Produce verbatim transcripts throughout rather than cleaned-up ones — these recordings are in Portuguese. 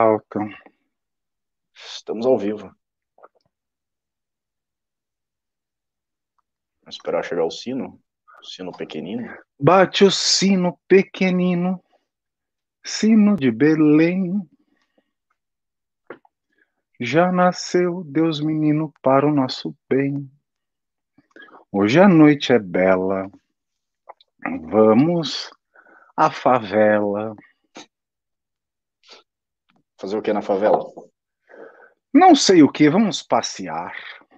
Alto. Estamos ao vivo. Vamos esperar chegar o sino. O sino pequenino. Bate o sino pequenino, sino de Belém. Já nasceu Deus menino para o nosso bem. Hoje a noite é bela. Vamos à favela. Fazer o que na favela? Não sei o que, vamos passear.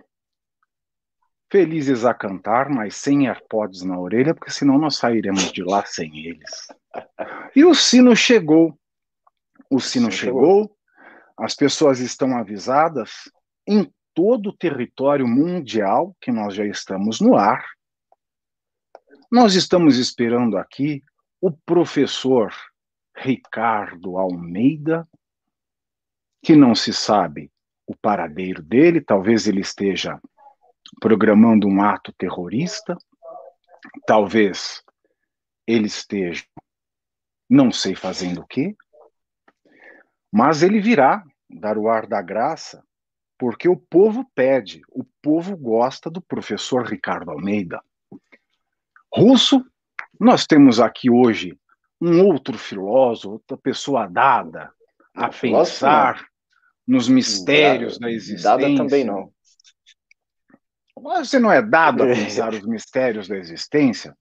Felizes a cantar, mas sem AirPods na orelha, porque senão nós sairemos de lá sem eles. E o sino chegou. O O sino sino chegou. chegou, as pessoas estão avisadas em todo o território mundial que nós já estamos no ar. Nós estamos esperando aqui o professor Ricardo Almeida, que não se sabe o paradeiro dele, talvez ele esteja programando um ato terrorista, talvez ele esteja, não sei fazendo o quê, mas ele virá dar o ar da graça, porque o povo pede, o povo gosta do professor Ricardo Almeida. Russo, nós temos aqui hoje um outro filósofo, outra pessoa dada a Não, filósofo não. pensar nos mistérios Dada, da dada também existência. não. Mas você não é dado a pensar os mistérios da existência,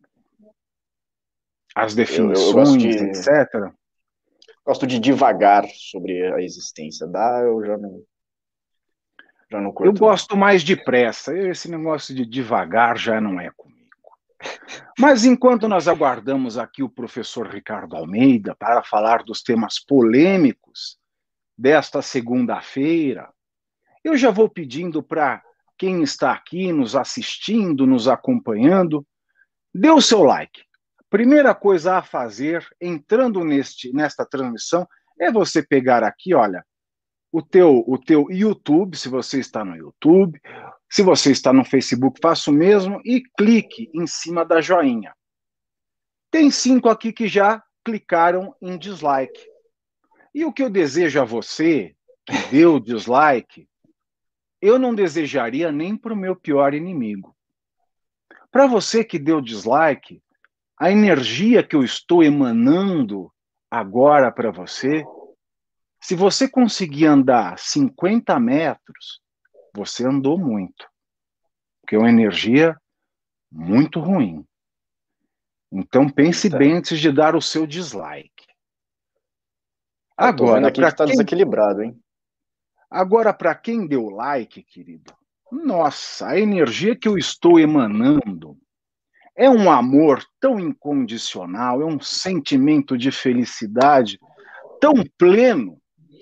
as Eu, eu, eu gosto definições, de etcétera. gosto de divagar sobre a existência. Dá, eu já não, já não Eu curto, não. gosto mais depressa, esse negócio de devagar já não é comigo. Mas enquanto nós aguardamos aqui o professor Ricardo Almeida para falar dos temas polêmicos desta segunda-feira, eu já vou pedindo para quem está aqui nos assistindo, nos acompanhando, dê o seu like. Primeira coisa a fazer, entrando neste, nesta transmissão, é você pegar aqui, olha, o teu, o teu YouTube, se você está no YouTube, se você está no Facebook, faça o mesmo e clique em cima da joinha. Tem cinco aqui que já clicaram em dislike. E o que eu desejo a você, que deu dislike, eu não desejaria nem para o meu pior inimigo. Para você que deu dislike, a energia que eu estou emanando agora para você, se você conseguir andar cinquenta metros, você andou muito. Porque é uma energia muito ruim. Então pense Eita. bem antes de dar o seu dislike. Eu tô vendo Agora, aqui para que tá quem, desequilibrado, hein? agora para quem deu like, querido, nossa, a energia que eu estou emanando é um amor tão incondicional, é um sentimento de felicidade tão pleno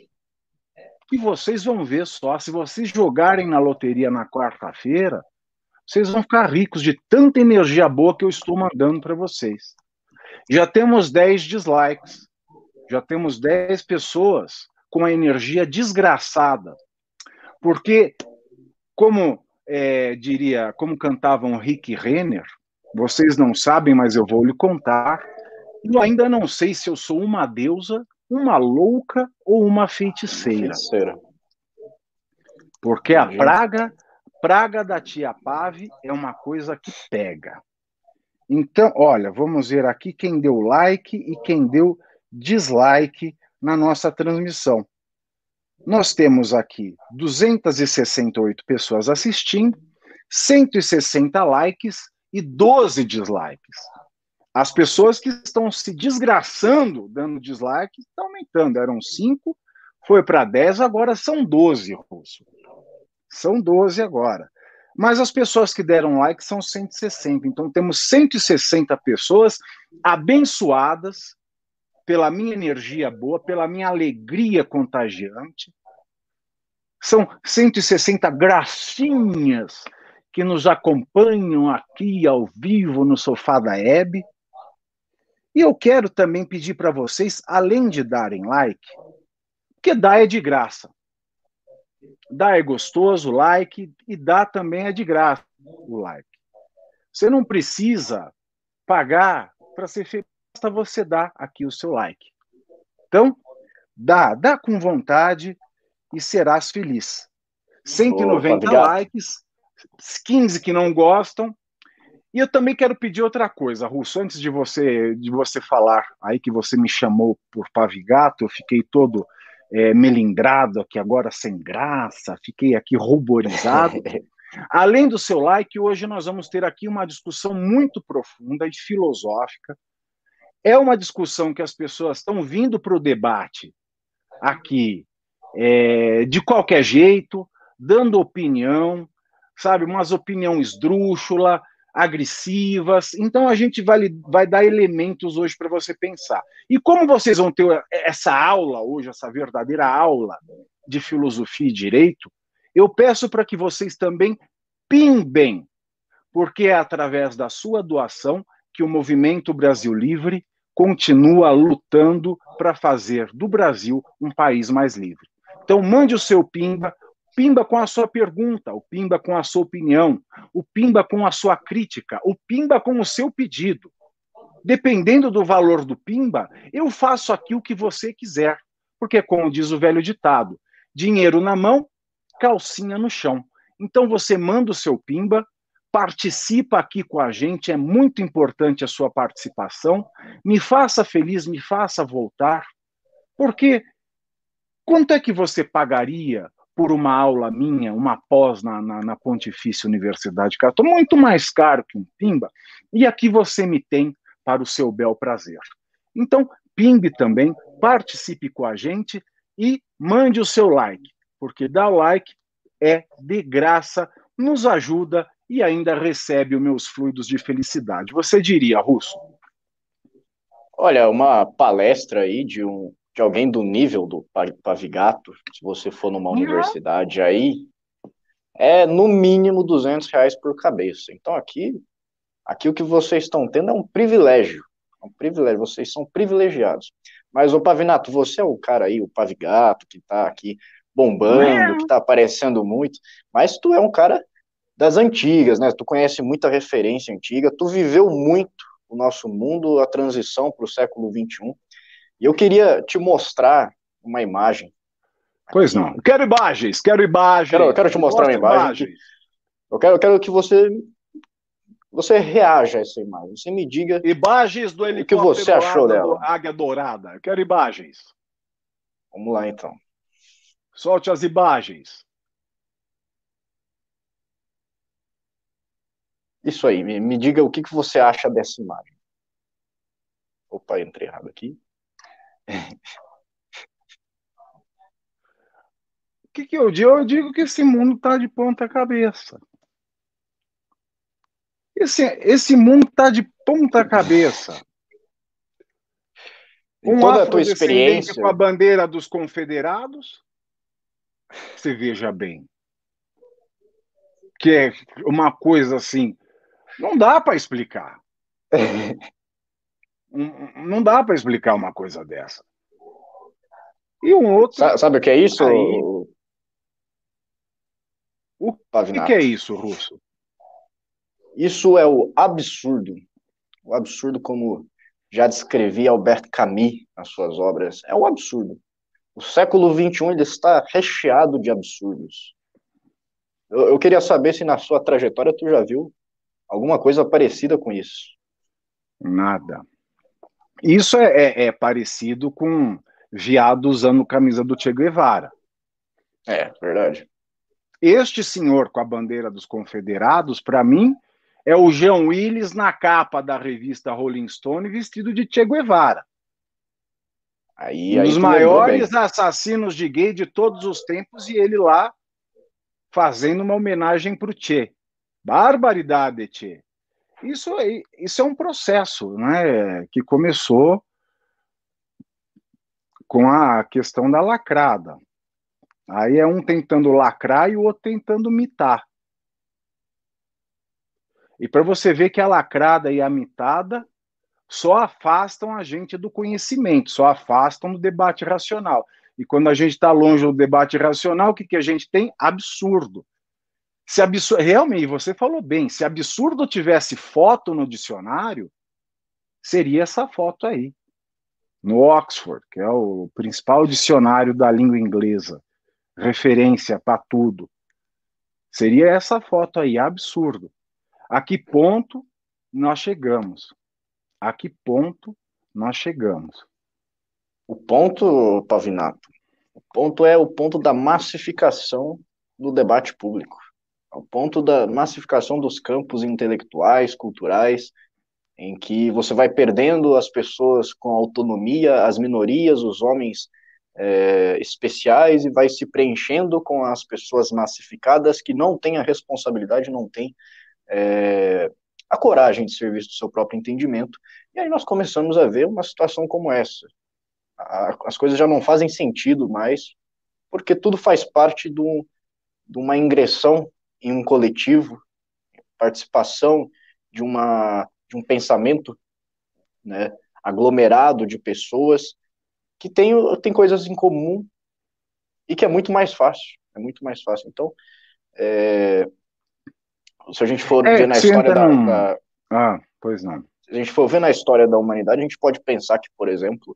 que vocês vão ver só. Se vocês jogarem na loteria na quarta-feira, vocês vão ficar ricos de tanta energia boa que eu estou mandando para vocês. Já temos dez dislikes, já temos dez pessoas com a energia desgraçada. Porque, como é, diria, como cantavam Rick Renner, vocês não sabem, mas eu vou lhe contar. Eu ainda não sei se eu sou uma deusa, uma louca ou uma Uma feiticeira. feiticeira. Porque a Entendi. praga, praga da tia Pave é uma coisa que pega. Então, olha, vamos ver aqui quem deu like e quem deu dislike na nossa transmissão. Nós temos aqui duzentas e sessenta e oito pessoas assistindo, cento e sessenta likes e doze dislikes. As pessoas que estão se desgraçando dando dislike estão aumentando. Eram cinco, foi para dez, agora são doze, Russo. São doze agora. Mas as pessoas que deram like são cento e sessenta. Então temos cento e sessenta pessoas abençoadas pela minha energia boa, pela minha alegria contagiante. São cento e sessenta gracinhas que nos acompanham aqui ao vivo no sofá da Hebe. E eu quero também pedir para vocês, além de darem like, porque dar é de graça. Dar é gostoso, like, e dar também é de graça o like. Você não precisa pagar para ser feliz, basta você dar aqui o seu like. Então, Dá, dá com vontade e serás feliz. cento e noventa Opa, likes, quinze que não gostam. E eu também quero pedir outra coisa, Russo, antes de você, de você falar aí que você me chamou por Pavigato, eu fiquei todo é, melindrado aqui agora, sem graça, fiquei aqui ruborizado. Além do seu like, hoje nós vamos ter aqui uma discussão muito profunda e filosófica. É uma discussão que as pessoas estão vindo para o debate aqui é, de qualquer jeito, dando opinião, sabe, umas opiniões esdrúxulas, agressivas. Então a gente vai, vai dar elementos hoje para você pensar. E como vocês vão ter essa aula hoje, essa verdadeira aula de filosofia e direito, eu peço para que vocês também pimbem, porque é através da sua doação que o Movimento Brasil Livre continua lutando para fazer do Brasil um país mais livre. Então, mande o seu pimba, pimba com a sua pergunta, o pimba com a sua opinião, o pimba com a sua crítica, o pimba com o seu pedido. Dependendo do valor do pimba, eu faço aqui o que você quiser, porque, como diz o velho ditado, dinheiro na mão, calcinha no chão. Então, você manda o seu pimba, participa aqui com a gente, é muito importante a sua participação, me faça feliz, me faça voltar, porque quanto é que você pagaria por uma aula minha, uma pós na, na, na Pontifícia Universidade Católica? Muito mais caro que um pimba, e aqui você me tem para o seu bel prazer. Então, pimbe também, participe com a gente e mande o seu like, porque dar o like é de graça, nos ajuda e ainda recebe os meus fluidos de felicidade. Você diria, Russo? Olha, uma palestra aí de, um, de alguém do nível do Pavigato, se você for numa Uhum. universidade aí, é no mínimo duzentos reais por cabeça. Então aqui, aqui o que vocês estão tendo é um privilégio. É um privilégio, vocês são privilegiados. Mas, ô Pavinato, você é o cara aí, o Pavigato, que tá aqui bombando, que tá aparecendo muito, mas tu é um cara das antigas, né? Tu conhece muita referência antiga, tu viveu muito o nosso mundo, a transição para o século vinte e um, e eu queria te mostrar uma imagem. Pois aqui. não. Quero imagens, quero imagens. Quero, eu quero te mostrar uma imagem. Que eu, quero, eu quero que você, você reaja a essa imagem. Você me diga imagens do o que você achou dela. Do Águia Dourada. Eu quero imagens. Vamos lá, então. Solte as imagens. Isso aí, me, me diga o que, que você acha dessa imagem. Opa, entrei errado aqui. O que, que eu digo? Eu digo que esse mundo está de ponta cabeça. Esse, esse mundo está de ponta cabeça. Em um toda a tua experiência com a bandeira dos confederados, você veja bem. Que é uma coisa assim, não dá para explicar. Não dá para explicar uma coisa dessa. E um outro... Sabe, sabe o que é isso? Aí, o Pavinato? que é isso, Russo? Isso é o absurdo. O absurdo, como já descrevia Albert Camus nas suas obras, é o absurdo. O século vinte e um ele está recheado de absurdos. Eu, eu queria saber se na sua trajetória tu já viu alguma coisa parecida com isso. Nada. Isso é, é, é parecido com viado usando camisa do Che Guevara. É, verdade. Este senhor com a bandeira dos confederados, para mim, é o Jean Willis na capa da revista Rolling Stone vestido de Che Guevara. Aí, um aí dos maiores assassinos de gay de todos os tempos, e ele lá fazendo uma homenagem para o Che. Barbaridade, Che. Isso, isso é um processo, né, que começou com a questão da lacrada. Aí é um tentando lacrar e o outro tentando mitar. E para você ver que a lacrada e a mitada só afastam a gente do conhecimento, só afastam do debate racional. E quando a gente está longe do debate racional, o que, que a gente tem? Absurdo. Se absurdo, realmente, você falou bem, se absurdo tivesse foto no dicionário, seria essa foto aí. no Oxford, que é o principal dicionário da língua inglesa, referência para tudo. Seria essa foto aí, absurdo. A que ponto nós chegamos? A que ponto nós chegamos? O ponto, Pavinato, o ponto é o ponto da massificação do debate público. É o ponto da massificação dos campos intelectuais, culturais, em que você vai perdendo as pessoas com autonomia, as minorias, os homens é, especiais, e vai se preenchendo com as pessoas massificadas que não têm a responsabilidade, não têm é, a coragem de serviço do seu próprio entendimento. E aí nós começamos a ver uma situação como essa. A, as coisas já não fazem sentido mais, porque tudo faz parte do, de uma ingressão em um coletivo, participação de, uma, de um pensamento, né, aglomerado de pessoas que tem, tem coisas em comum e que é muito mais fácil. É muito mais fácil. Então, é, se a gente for É, ver na você história entra da, num... da... Ah, pois não. Se a gente for ver na história da humanidade, a gente pode pensar que, por exemplo,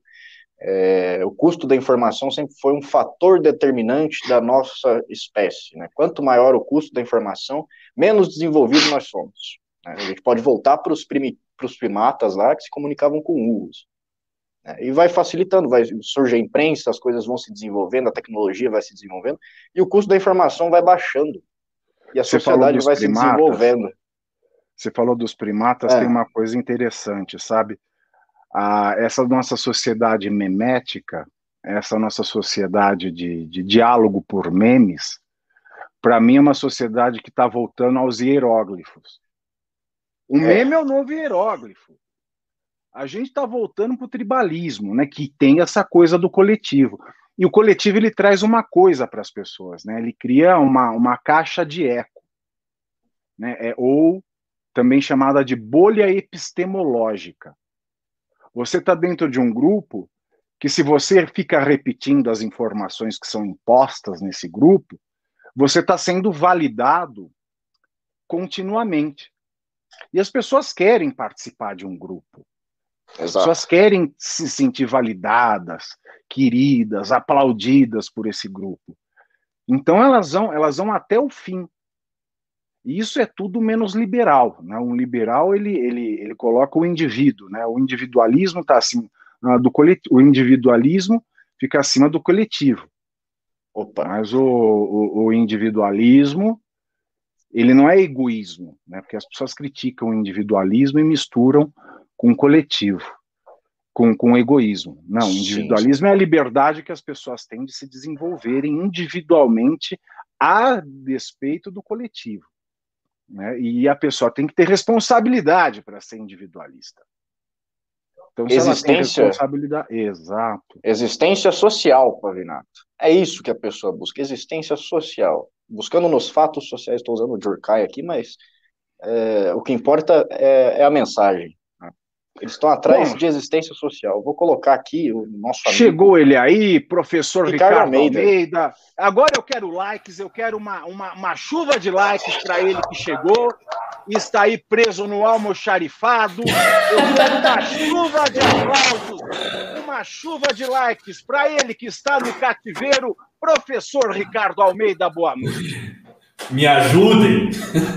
é, o custo da informação sempre foi um fator determinante da nossa espécie, né? Quanto maior o custo da informação, menos desenvolvido nós somos, né? A gente pode voltar para os primatas lá que se comunicavam com urros, né? E vai facilitando, vai surge a imprensa, as coisas vão se desenvolvendo, a tecnologia vai se desenvolvendo e o custo da informação vai baixando e a Você falou sociedade dos vai se primatas, desenvolvendo. você falou dos primatas, tem É, uma coisa interessante, sabe? A, essa nossa sociedade memética, essa nossa sociedade de, de diálogo por memes, para mim é uma sociedade que está voltando aos hieróglifos. O é, meme é o novo hieróglifo. A gente está voltando para o tribalismo, né, que tem essa coisa do coletivo. E o coletivo ele traz uma coisa para as pessoas, né? Ele cria uma, uma caixa de eco, né? É, ou também chamada de bolha epistemológica. Você está dentro de um grupo que, se você fica repetindo as informações que são impostas nesse grupo, você está sendo validado continuamente. E as pessoas querem participar de um grupo. As pessoas exato. querem se sentir validadas, queridas, aplaudidas por esse grupo. Então elas vão, elas vão até o fim. E isso é tudo menos liberal, né? Um liberal ele, ele, ele coloca o indivíduo, né? O individualismo está acima do coletivo, o individualismo fica acima do coletivo. Opa, Mas o, o, o individualismo ele não é egoísmo, né? Porque as pessoas criticam o individualismo e misturam com o coletivo, com, com o egoísmo. Não, o sim, sim. individualismo é a liberdade que as pessoas têm de se desenvolverem individualmente a despeito do coletivo. Né? E a pessoa tem que ter responsabilidade para ser individualista. Então, se ela tem Existência, responsabilidade... Exato. existência social, Pavinato. É isso que a pessoa busca, existência social. Buscando nos fatos sociais, estou usando o Durkheim aqui, mas é, o que importa é, é a mensagem. Né? Eles estão atrás Bom, de existência social. Vou colocar aqui o nosso chegou amigo ele aí, professor Ricardo Ricardo Almeida. Almeida. Agora eu quero likes, eu quero uma, uma, uma chuva de likes para ele que chegou. Está aí preso no almoxarifado. Eu quero uma chuva de aplausos, uma chuva de likes para ele que está no cativeiro. Professor Ricardo Almeida, boa noite. Me ajudem.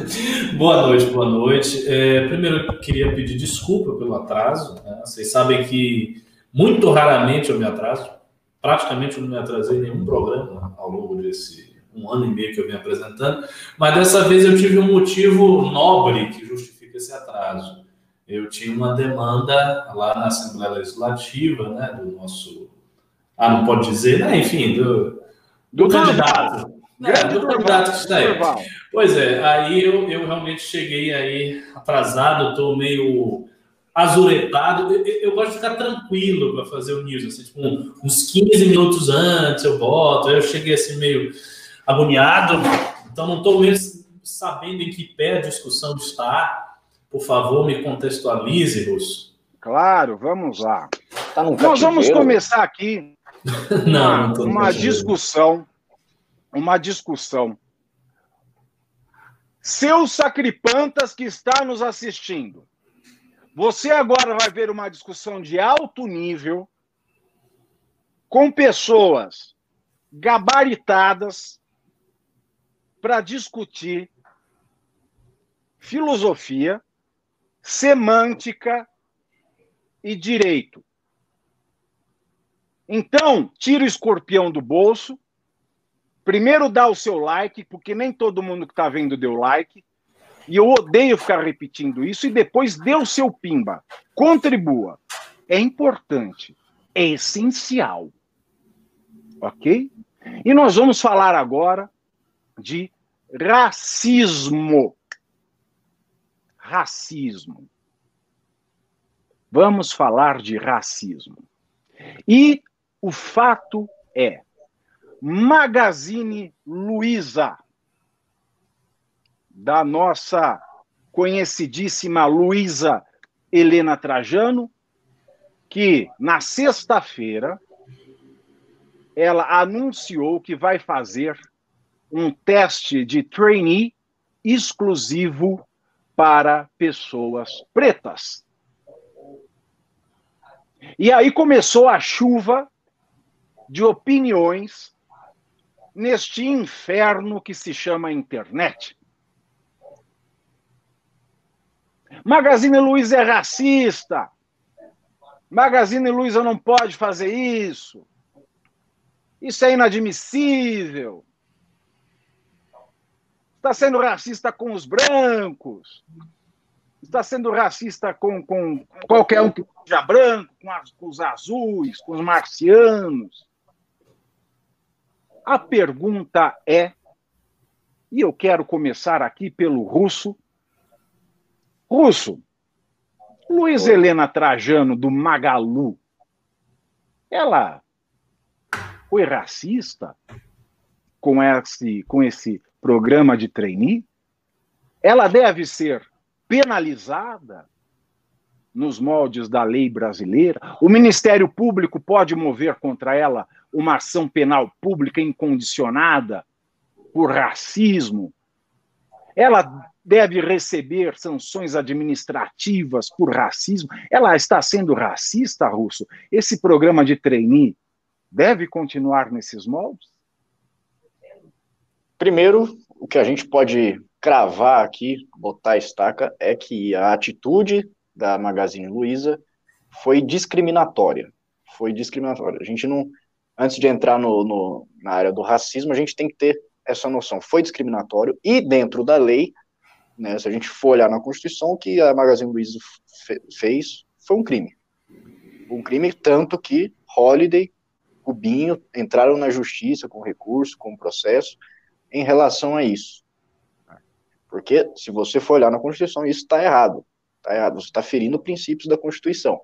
Boa noite, boa noite. É, primeiro, eu queria pedir desculpa pelo atraso. Né? Vocês sabem que muito raramente eu me atraso. Praticamente eu não me atrasei em nenhum programa ao longo desse um ano e meio que eu venho apresentando. Mas dessa vez eu tive um motivo nobre que justifica esse atraso. Eu tinha uma demanda lá na Assembleia Legislativa, né, do nosso... Ah, não pode dizer? Né? Enfim, do, do, do candidato. É, do candidato que está aí. Pois é, aí eu, eu realmente cheguei aí atrasado, estou meio azuretado. Eu, eu gosto de ficar tranquilo para fazer o news, assim, tipo, uns quinze minutos antes eu boto, aí eu cheguei assim meio agoniado, então não estou mesmo sabendo em que pé a discussão está. Por favor, me contextualize, Russo. Claro, vamos lá. Tá num Nós vamos cativeiro? começar aqui não, uma, não tô uma discussão, uma discussão. Seus sacripantas que está nos assistindo, você agora vai ver uma discussão de alto nível, com pessoas gabaritadas para discutir filosofia, semântica e direito. Então, tira o escorpião do bolso, primeiro dá o seu like, porque nem todo mundo que está vendo deu like, e eu odeio ficar repetindo isso, e depois dê o seu pimba, contribua. É importante, é essencial. Ok? E nós vamos falar agora de racismo. Racismo. Vamos falar de racismo. E o fato é, Magazine Luiza, da nossa conhecidíssima Luísa Helena Trajano, que na sexta-feira ela anunciou que vai fazer um teste de trainee exclusivo para pessoas pretas. E aí começou a chuva de opiniões neste inferno que se chama internet. Magazine Luiza é racista. Magazine Luiza não pode fazer isso. Isso é inadmissível. Está sendo racista com os brancos. Está sendo racista com, com qualquer um que seja branco, com, as, com os azuis, com os marcianos. A pergunta é, e eu quero começar aqui pelo Russo. Russo, Luísa Helena Trajano, do Magalu, ela foi racista com esse, com esse programa de trainee? Ela deve ser penalizada nos moldes da lei brasileira? O Ministério Público pode mover contra ela uma ação penal pública incondicionada por racismo? Ela deve receber sanções administrativas por racismo? Ela está sendo racista, Russo? Esse programa de trainee deve continuar nesses moldes? Primeiro, o que a gente pode cravar aqui, botar a estaca, é que a atitude da Magazine Luiza foi discriminatória. Foi discriminatória. A gente não, antes de entrar no, no, na área do racismo, a gente tem que ter essa noção. Foi discriminatório e dentro da lei, né, se a gente for olhar na Constituição, o que a Magazine Luiza fe, fez foi um crime. Um crime tanto que Holiday, Rubinho entraram na justiça com recurso, com processo, em relação a isso. Porque, se você for olhar na Constituição, isso está errado. Está errado, você está ferindo princípios da Constituição.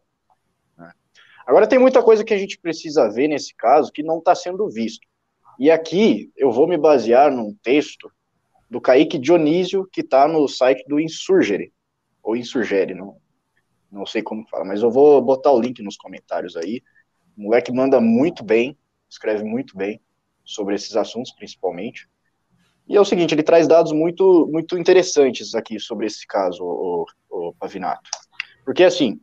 Agora, tem muita coisa que a gente precisa ver nesse caso que não está sendo visto. E aqui, eu vou me basear num texto do Kaique Dionísio, que está no site do Insurgere, ou Insurgere, não, não sei como fala, mas eu vou botar o link nos comentários aí. O moleque manda muito bem, escreve muito bem sobre esses assuntos, principalmente. E é o seguinte, ele traz dados muito, muito interessantes aqui sobre esse caso, o, o, o Pavinato. Porque, assim,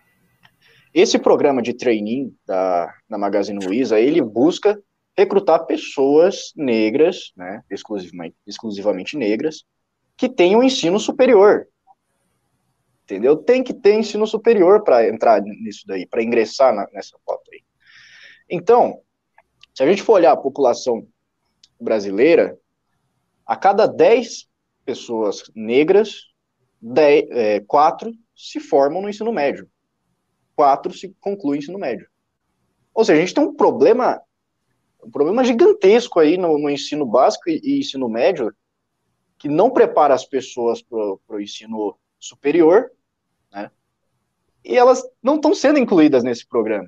esse programa de trainee da, da Magazine Luiza, ele busca recrutar pessoas negras, né, exclusivamente, exclusivamente negras, que tenham ensino superior. Entendeu? Tem que ter ensino superior para entrar nisso daí, para ingressar na, nessa foto aí. Então, se a gente for olhar a população brasileira, a cada dez pessoas negras, dez, é, quatro se formam no ensino médio. Quatro se concluem o ensino médio. Ou seja, a gente tem um problema, um problema gigantesco aí no, no ensino básico e, e ensino médio, que não prepara as pessoas para o ensino superior, né? E elas não estão sendo incluídas nesse programa.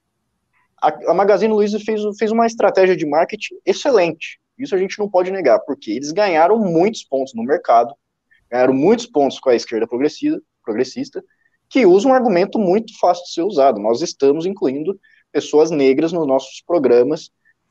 A, a Magazine Luiza fez, fez uma estratégia de marketing excelente. Isso a gente não pode negar, porque eles ganharam muitos pontos no mercado, ganharam muitos pontos com a esquerda progressista, progressista, que usa um argumento muito fácil de ser usado. Nós estamos incluindo pessoas negras nos nossos programas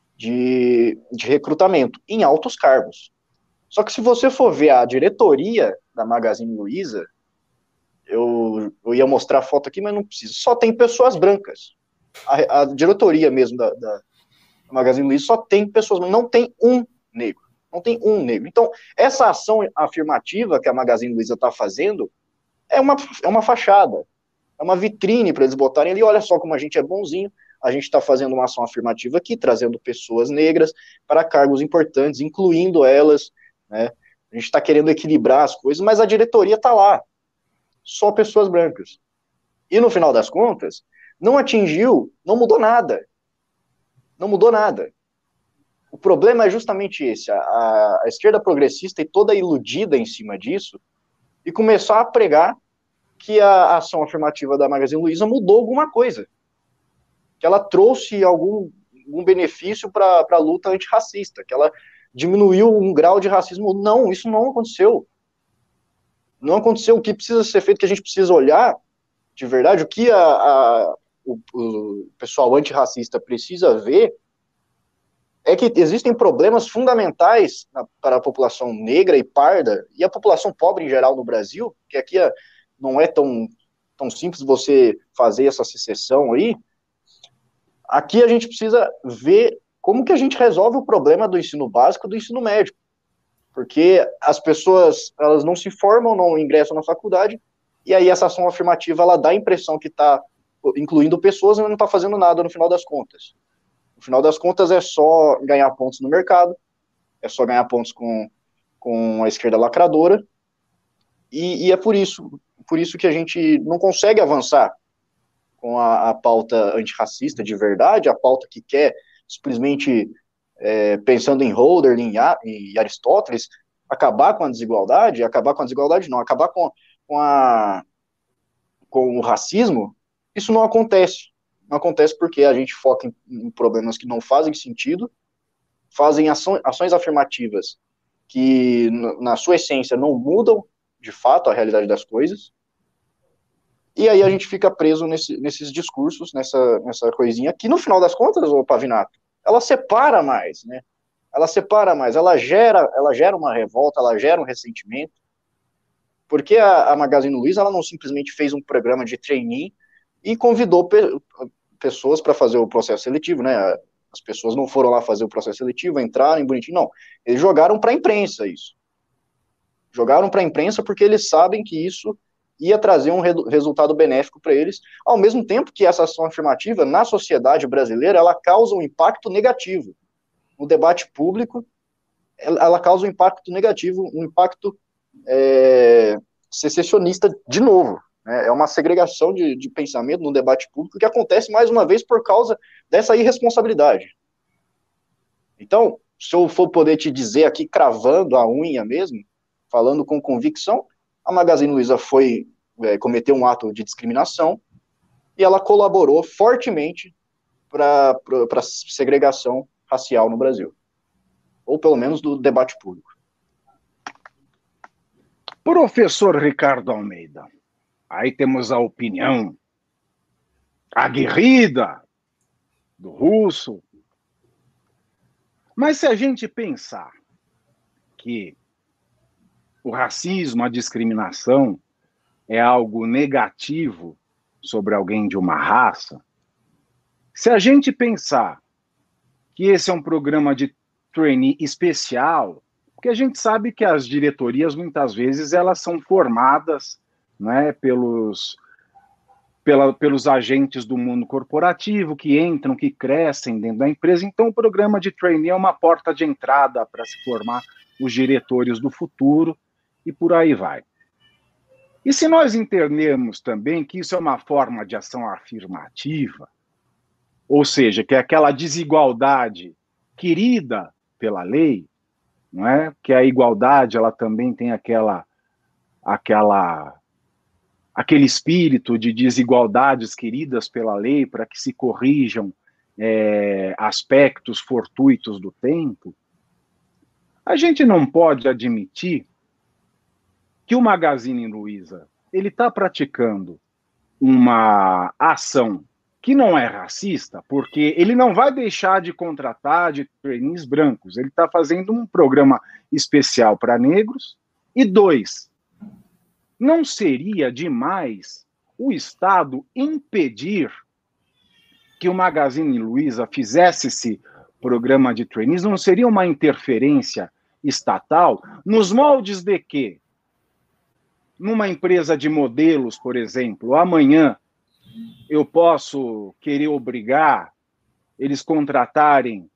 de, de recrutamento, em altos cargos. Só que se você for ver a diretoria da Magazine Luiza, eu, eu ia mostrar a foto aqui, mas não precisa, só tem pessoas brancas. A, a diretoria mesmo da, da Magazine Luiza só tem pessoas, não tem um negro. Não tem um negro. Então, essa ação afirmativa que a Magazine Luiza está fazendo é uma, é uma fachada, é uma vitrine para eles botarem ali, olha só como a gente é bonzinho, a gente está fazendo uma ação afirmativa aqui, trazendo pessoas negras para cargos importantes, incluindo elas, né? A gente está querendo equilibrar as coisas, mas a diretoria está lá, só pessoas brancas. E no final das contas, não atingiu, não mudou nada. Não mudou nada. O problema é justamente esse, a, a, a esquerda progressista e toda iludida em cima disso, e começar a pregar que a, a ação afirmativa da Magazine Luiza mudou alguma coisa, que ela trouxe algum, algum benefício para a luta antirracista, que ela diminuiu um grau de racismo. Não, isso não aconteceu. Não aconteceu. O que precisa ser feito, que a gente precisa olhar, de verdade, o que a, a, o, o pessoal antirracista precisa ver é que existem problemas fundamentais na, para a população negra e parda, e a população pobre em geral no Brasil, que aqui é, não é tão, tão simples você fazer essa secessão aí. Aqui a gente precisa ver como que a gente resolve o problema do ensino básico e do ensino médio, porque as pessoas, elas não se formam, não ingressam na faculdade, e aí essa ação afirmativa, ela dá a impressão que está incluindo pessoas, mas não está fazendo nada no final das contas. No final das contas, é só ganhar pontos no mercado, é só ganhar pontos com, com a esquerda lacradora, e, e é por isso, por isso que a gente não consegue avançar com a, a pauta antirracista de verdade, a pauta que quer simplesmente, é, pensando em Hölderlin e Aristóteles, acabar com a desigualdade, acabar com a desigualdade não, acabar com, com, a, com o racismo. Isso não acontece. Não acontece porque a gente foca em, em problemas que não fazem sentido, fazem ação, ações afirmativas que, na sua essência, não mudam, de fato, a realidade das coisas, e aí a gente fica preso nesse, nesses discursos, nessa, nessa coisinha, que, no final das contas, ô Pavinato, ela separa mais, né? Ela separa mais, ela gera, ela gera uma revolta, ela gera um ressentimento, porque a, a Magazine Luiza, ela não simplesmente fez um programa de trainee e convidou pe pessoas para fazer o processo seletivo, né? As pessoas não foram lá fazer o processo seletivo, entraram bonitinho, não. Eles jogaram para a imprensa isso. Jogaram para a imprensa porque eles sabem que isso ia trazer um re resultado benéfico para eles, ao mesmo tempo que essa ação afirmativa, na sociedade brasileira, ela causa um impacto negativo. No debate público, ela, ela causa um impacto negativo, um impacto é, secessionista de novo. É uma segregação de, de pensamento no debate público que acontece, mais uma vez, por causa dessa irresponsabilidade. Então, se eu for poder te dizer aqui, cravando a unha mesmo, falando com convicção, a Magazine Luiza foi, é, cometeu um ato de discriminação e ela colaborou fortemente para a segregação racial no Brasil. Ou pelo menos do debate público. Professor Ricardo Almeida, aí temos a opinião aguerrida do Russo. Mas se a gente pensar que o racismo, a discriminação é algo negativo sobre alguém de uma raça, se a gente pensar que esse é um programa de trainee especial, porque a gente sabe que as diretorias, muitas vezes, elas são formadas, né, pelos, pela, pelos agentes do mundo corporativo que entram, que crescem dentro da empresa. Então, o programa de trainee é uma porta de entrada para se formar os diretores do futuro e por aí vai. E se nós entendermos também que isso é uma forma de ação afirmativa, ou seja, que é aquela desigualdade querida pela lei, não é? Que a igualdade, ela também tem aquela, aquela, aquele espírito de desigualdades queridas pela lei para que se corrijam é, aspectos fortuitos do tempo. A gente não pode admitir que o Magazine Luiza ele está praticando uma ação que não é racista, porque ele não vai deixar de contratar de trainees brancos. Ele está fazendo um programa especial para negros. E dois, não seria demais o Estado impedir que o Magazine Luiza fizesse esse programa de trainees, não seria uma interferência estatal nos moldes de que, numa empresa de modelos, por exemplo, amanhã eu posso querer obrigar eles contratarem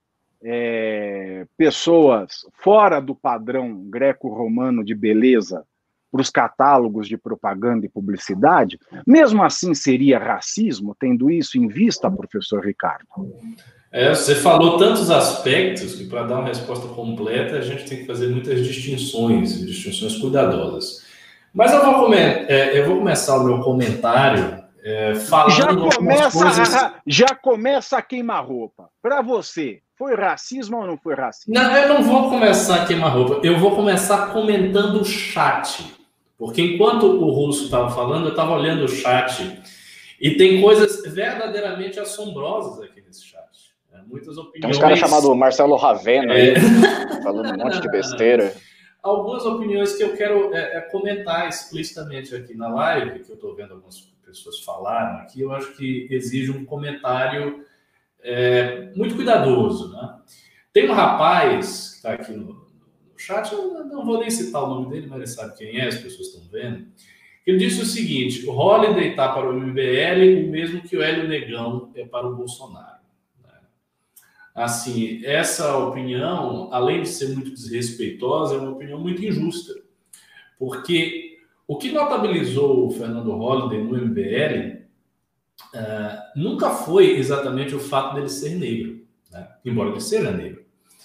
é, pessoas fora do padrão greco-romano de beleza para os catálogos de propaganda e publicidade? Mesmo assim seria racismo, tendo isso em vista, professor Ricardo? É, você falou tantos aspectos que, para dar uma resposta completa, a gente tem que fazer muitas distinções, distinções cuidadosas. Mas eu vou, comer, é, eu vou começar o meu comentário é, falando... Já começa, coisas... a, já começa a queimar-roupa. Para você, foi racismo ou não foi racismo? Não, eu não vou começar a queimar-roupa. Eu vou começar comentando o chat. Porque enquanto o Russo estava falando, eu estava olhando o chat e tem coisas verdadeiramente assombrosas aqui nesse chat. É, muitas opiniões... Tem uns caras chamados Marcelo Ravena aí, é... falando um monte de besteira. Algumas opiniões que eu quero é, é, comentar explicitamente aqui na live, que eu estou vendo algumas pessoas falaram aqui, eu acho que exige um comentário é, muito cuidadoso, né? Tem um rapaz que está aqui no, no chat, eu não vou nem citar o nome dele, mas ele sabe quem é, as pessoas estão vendo. Ele disse o seguinte: o Holliday está para o M B L o mesmo que o Hélio Negão é para o Bolsonaro. Né? Assim, essa opinião, além de ser muito desrespeitosa, é uma opinião muito injusta. Porque o que notabilizou o Fernando Holliday no M B L uh, nunca foi exatamente o fato dele ser negro, né? Embora ele seja negro.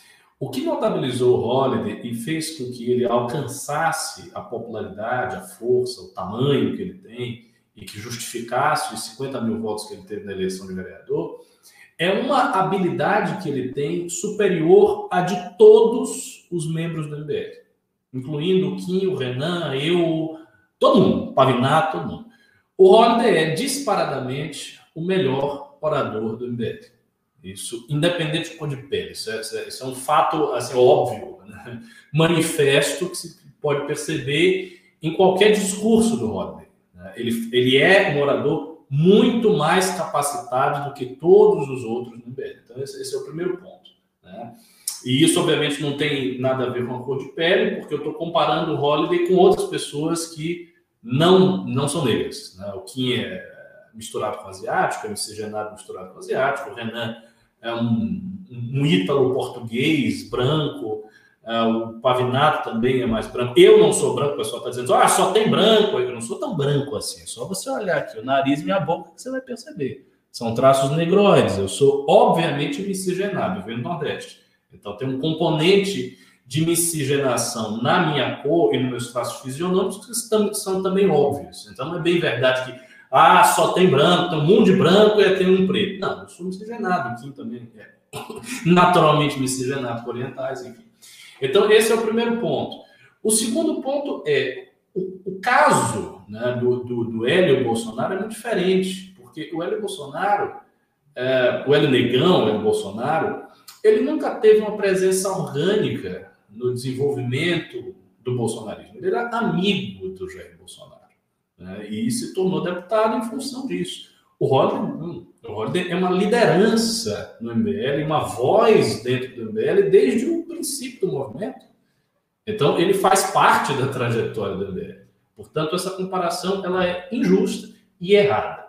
O que notabilizou o Holliday e fez com que ele alcançasse a popularidade, a força, o tamanho que ele tem e que justificasse os cinquenta mil votos que ele teve na eleição de vereador, é uma habilidade que ele tem superior à de todos os membros do M B L, incluindo o Kim, o Renan, eu, todo mundo, Pavinato, todo mundo. O Holliday é disparadamente o melhor orador do M B L. Isso, independente de cor de pele. Isso é, isso é um fato assim, óbvio, né? Manifesto, que se pode perceber em qualquer discurso do Holliday. Né? Ele, ele é um orador muito mais capacitado do que todos os outros no M B L. Então, esse, esse é o primeiro ponto. Né? E isso, obviamente, não tem nada a ver com a cor de pele, porque eu estou comparando o Holliday com outras pessoas que não, não são negras. Né? O Kim é misturado com asiático, é miscigenado misturado com asiático, o Renan é um, um ítalo português, branco, uh, o Pavinato também é mais branco. Eu não sou branco, o pessoal está dizendo, ah, só tem branco. Eu não sou tão branco assim, é só você olhar aqui o nariz e minha boca que você vai perceber. São traços negroides. Eu sou, obviamente, miscigenado, eu venho do Nordeste. Então, tem um componente de miscigenação na minha cor e nos meus traços fisionômicos que são também óbvios. Então, não é bem verdade que ah, só tem branco, tem um mundo de branco e tem um preto. Não, eu sou miscigenado, o Kim também é naturalmente miscigenado com orientais, enfim. Então, esse é o primeiro ponto. O segundo ponto é, o, o caso, né, do, do, do Hélio Bolsonaro é muito diferente, porque o Hélio Bolsonaro, é, o Hélio Negão, o Hélio Bolsonaro, ele nunca teve uma presença orgânica no desenvolvimento do bolsonarismo. Ele era amigo do Jair Bolsonaro. Né, e se tornou deputado em função disso. O Holliday, o Holliday é uma liderança no M B L, uma voz dentro do M B L desde o princípio do movimento. Então, ele faz parte da trajetória do M B L. Portanto, essa comparação ela é injusta e errada.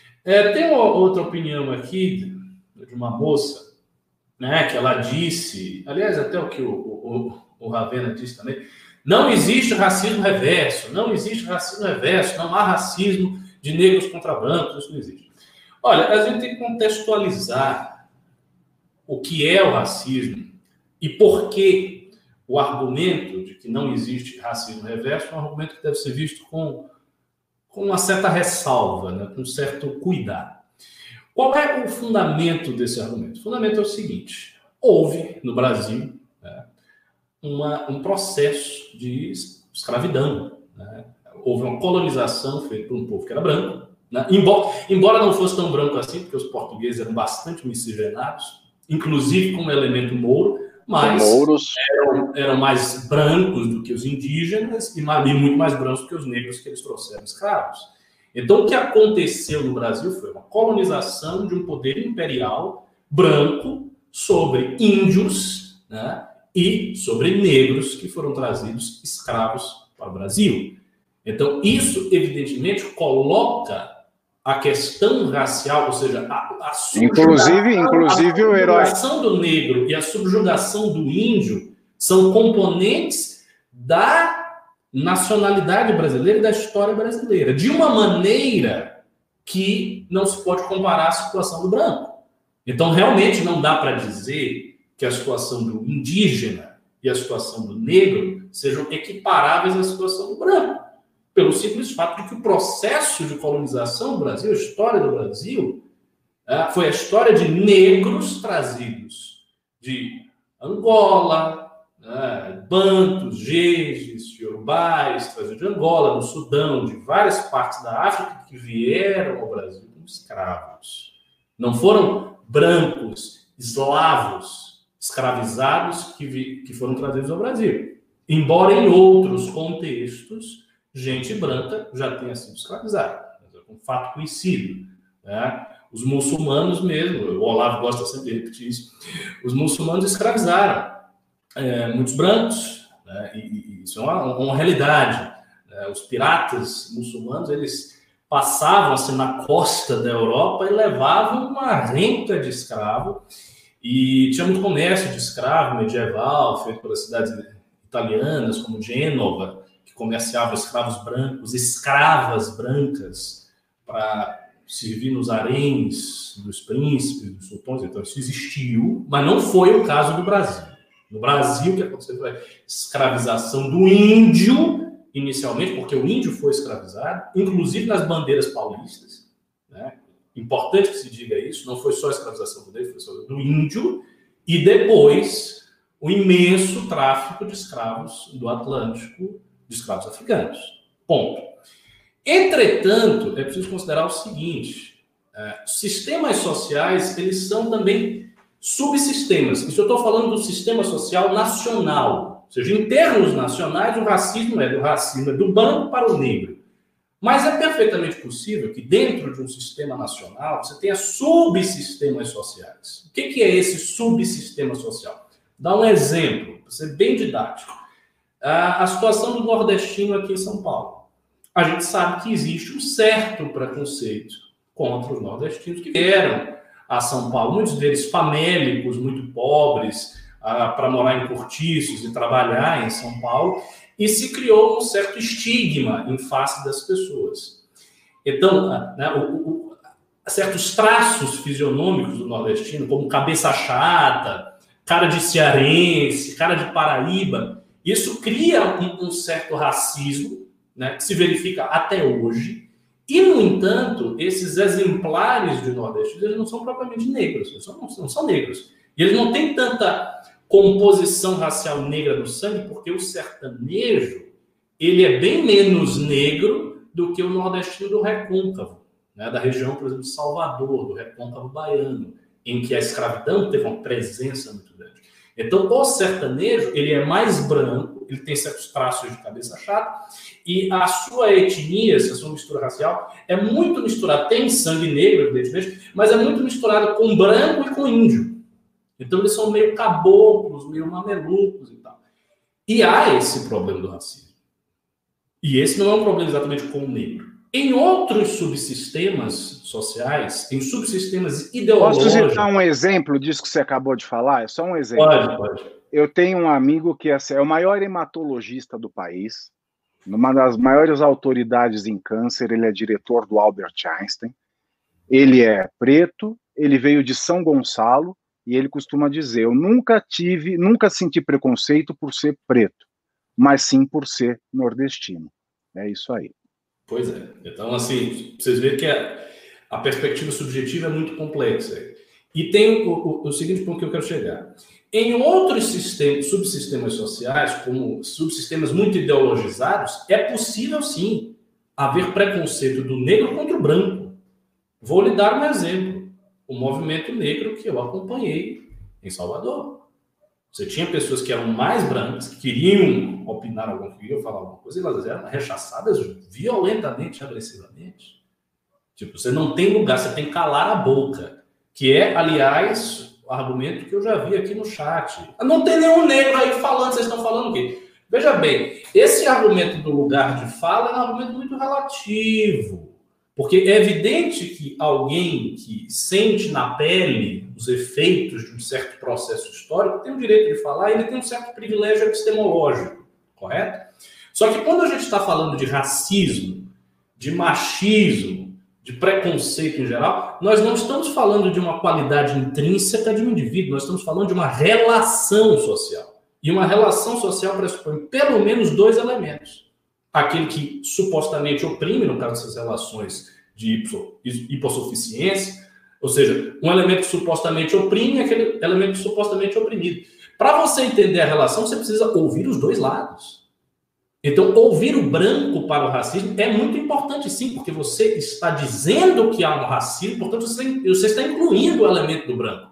É, tem uma outra opinião aqui de uma moça, né, que ela disse, aliás, até o que o, o, o Ravena disse também, não existe racismo reverso, não existe racismo reverso, não há racismo de negros contra brancos, isso não existe. Olha, a gente tem que contextualizar o que é o racismo e por que o argumento de que não existe racismo reverso é um argumento que deve ser visto com, com uma certa ressalva, né, com um certo cuidado. Qual é o fundamento desse argumento? O fundamento é o seguinte: houve no Brasil, né, Uma, um processo de escravidão. Né? Houve uma colonização feita por um povo que era branco. Né? Embora, embora não fosse tão branco assim, porque os portugueses eram bastante miscigenados, inclusive com o elemento mouro, mas eram, eram mais brancos do que os indígenas e, e muito mais brancos do que os negros que eles trouxeram escravos. Então, o que aconteceu no Brasil foi uma colonização de um poder imperial branco sobre índios, né, e sobre negros que foram trazidos escravos para o Brasil. Então, isso, evidentemente, coloca a questão racial, ou seja, a, a inclusive, inclusive o herói. A subjugação do negro e a subjugação do índio são componentes da nacionalidade brasileira e da história brasileira, de uma maneira que não se pode comparar à situação do branco. Então, realmente, não dá para dizer que a situação do indígena e a situação do negro sejam equiparáveis à situação do branco, pelo simples fato de que o processo de colonização do Brasil, a história do Brasil, foi a história de negros trazidos de Angola, né, bantos, jejes, iorubais, trazidos de Angola, do Sudão, de várias partes da África que vieram ao Brasil como escravos. Não foram brancos, eslavos, escravizados que, vi, que foram trazidos ao Brasil. Embora em outros contextos, gente branca já tenha sido escravizada. É um fato conhecido, né? Os muçulmanos mesmo, o Olavo gosta sempre de repetir isso, os muçulmanos escravizaram é, muitos brancos, né? e, e isso é uma, uma realidade. Né? Os piratas muçulmanos, eles passavam assim, na costa da Europa e levavam uma renta de escravo, e tinha muito comércio de escravo medieval, feito pelas cidades italianas, como Gênova, que comerciava escravos brancos, escravas brancas, para servir nos haréns dos príncipes, dos sultões. Então, isso existiu, mas não foi o caso do Brasil. No Brasil, o que aconteceu foi a escravização do índio, inicialmente, porque o índio foi escravizado, inclusive nas bandeiras paulistas, né? Importante que se diga isso, não foi só a escravização do negro, foi só do índio, e depois o imenso tráfico de escravos do Atlântico, de escravos africanos. Ponto. Entretanto, é preciso considerar o seguinte, é, sistemas sociais, eles são também subsistemas. Isso eu estou falando do sistema social nacional. Ou seja, em termos nacionais, o racismo é do racismo, é do branco para o negro. Mas é perfeitamente possível que dentro de um sistema nacional você tenha subsistemas sociais. O que é esse subsistema social? Dá um exemplo, para ser bem didático. A situação do nordestino aqui em São Paulo. A gente sabe que existe um certo preconceito contra os nordestinos que vieram a São Paulo, muitos deles famélicos, muito pobres, para morar em cortiços e trabalhar em São Paulo, e se criou um certo estigma em face das pessoas. Então, né, o, o, certos traços fisionômicos do nordestino, como cabeça chata, cara de cearense, cara de Paraíba, isso cria um, um certo racismo, né, que se verifica até hoje. E, no entanto, esses exemplares de nordestinos, eles não são propriamente negros, eles não, não são negros. E eles não têm tanta composição racial negra no sangue, porque o sertanejo, ele é bem menos negro do que o nordestino do recôncavo, né, da região, por exemplo, de Salvador, do recôncavo baiano, em que a escravidão teve uma presença muito grande. Então, o sertanejo, ele é mais branco, ele tem certos traços de cabeça chata, e a sua etnia, a sua mistura racial, é muito misturada, tem sangue negro, evidentemente, mas é muito misturada com branco e com índio. Então, eles são meio caboclos, meio mamelucos e tal. E há esse problema do racismo. E esse não é um problema exatamente com o negro. Em outros subsistemas sociais, em subsistemas ideológicos... Posso citar um exemplo disso que você acabou de falar? É só um exemplo. Pode, pode. Eu tenho um amigo que é o maior hematologista do país, uma das maiores autoridades em câncer, ele é diretor do Albert Einstein, ele é preto, ele veio de São Gonçalo, e ele costuma dizer, eu nunca tive, nunca senti preconceito por ser preto, mas sim por ser nordestino. É isso aí. Pois é. Então, assim, vocês veem que a, a perspectiva subjetiva é muito complexa. E tem o, o, o seguinte ponto que eu quero chegar. Em outros sistemas, subsistemas sociais, como subsistemas muito ideologizados, é possível, sim, haver preconceito do negro contra o branco. Vou lhe dar um exemplo. O movimento negro que eu acompanhei em Salvador. Você tinha pessoas que eram mais brancas, que queriam opinar alguma coisa, queriam falar alguma coisa, e elas eram rechaçadas violentamente, agressivamente. Tipo, você não tem lugar, você tem que calar a boca. Que é, aliás, o argumento que eu já vi aqui no chat. Não tem nenhum negro aí falando, vocês estão falando o quê? Veja bem, esse argumento do lugar de fala é um argumento muito relativo. Porque é evidente que alguém que sente na pele os efeitos de um certo processo histórico tem o direito de falar e ele tem um certo privilégio epistemológico, correto? Só que quando a gente está falando de racismo, de machismo, de preconceito em geral, nós não estamos falando de uma qualidade intrínseca de um indivíduo, nós estamos falando de uma relação social. E uma relação social pressupõe pelo menos dois elementos. Aquele que supostamente oprime, no caso dessas relações de hipossuficiência, ou seja, um elemento que supostamente oprime e aquele elemento supostamente oprimido. Para você entender a relação, você precisa ouvir os dois lados. Então, ouvir o branco para o racismo é muito importante, sim, porque você está dizendo que há um racismo, portanto, você está incluindo o elemento do branco.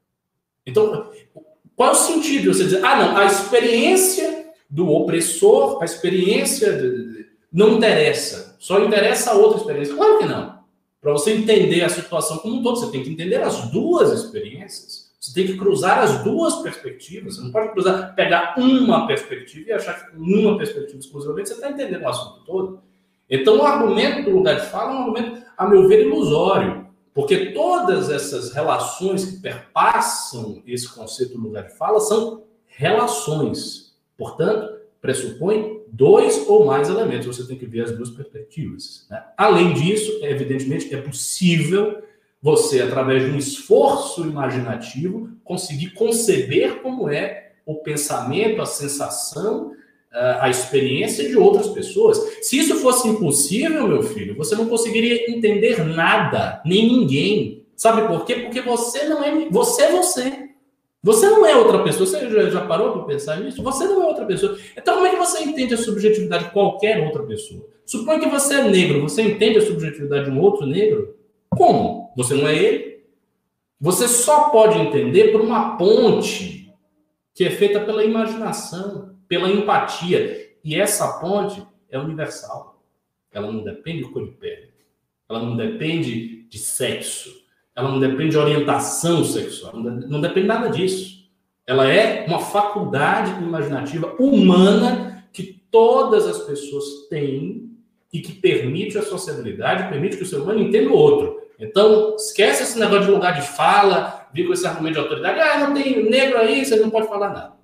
Então, qual é o sentido de você dizer, ah, não, a experiência do opressor, a experiência de, de, não interessa, só interessa a outra experiência? Claro que não. Para você entender a situação como um todo, você tem que entender as duas experiências. Você tem que cruzar as duas perspectivas. Você não pode cruzar, pegar uma perspectiva e achar que com uma perspectiva exclusivamente você está entendendo o assunto todo. Então, o argumento do lugar de fala é um argumento, a meu ver, ilusório. Porque todas essas relações que perpassam esse conceito do lugar de fala são relações. Portanto, pressupõe dois ou mais elementos. Você tem que ver as duas perspectivas, né? Além disso, evidentemente, é possível você, através de um esforço imaginativo, conseguir conceber como é o pensamento, a sensação, a experiência de outras pessoas. Se isso fosse impossível, meu filho, você não conseguiria entender nada, nem ninguém. Sabe por quê? Porque você não é você. É você. Você não é outra pessoa. Você já, já parou para pensar nisso? Você não é outra pessoa. Então, como é que você entende a subjetividade de qualquer outra pessoa? Suponha que você é negro. Você entende a subjetividade de um outro negro? Como? Você não é ele? Você só pode entender por uma ponte que é feita pela imaginação, pela empatia. E essa ponte é universal. Ela não depende de cor de pele. Ela não depende de sexo. Ela não depende de orientação sexual. Não depende nada disso. Ela é uma faculdade imaginativa humana que todas as pessoas têm e que permite a sociabilidade, permite que o ser humano entenda o outro. Então, esquece esse negócio de lugar de fala, vir com esse argumento de autoridade. Ah, não tem negro aí, você não pode falar nada.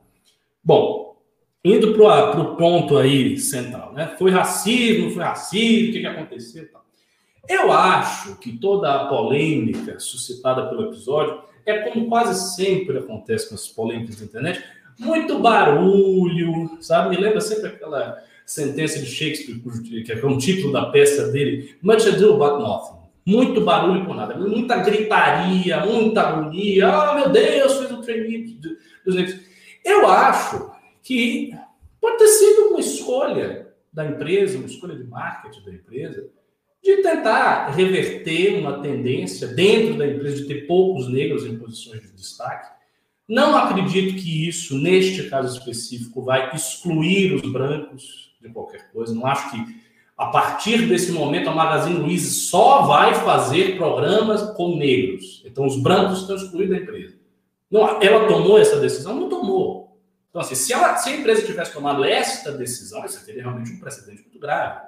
Bom, indo para o ponto aí central, né? Foi racismo, foi racismo, o que, que aconteceu e tal. Eu acho que toda a polêmica suscitada pelo episódio é como quase sempre acontece com as polêmicas da internet, muito barulho, sabe? Me lembra sempre aquela sentença de Shakespeare, que é o título da peça dele, Much Ado About Nothing. Muito barulho por nada, muita gritaria, muita agonia. Ah, meu Deus, fez um tremendo dos negros. Eu acho que pode ter sido uma escolha da empresa, uma escolha de marketing da empresa, de tentar reverter uma tendência dentro da empresa de ter poucos negros em posições de destaque. Não acredito que isso, neste caso específico, vai excluir os brancos de qualquer coisa. Não acho que, a partir desse momento, a Magazine Luiza só vai fazer programas com negros. Então, os brancos estão excluídos da empresa. Não, ela tomou essa decisão? Não tomou. Então, assim, se, ela, se a empresa tivesse tomado esta decisão, isso seria realmente um precedente muito grave.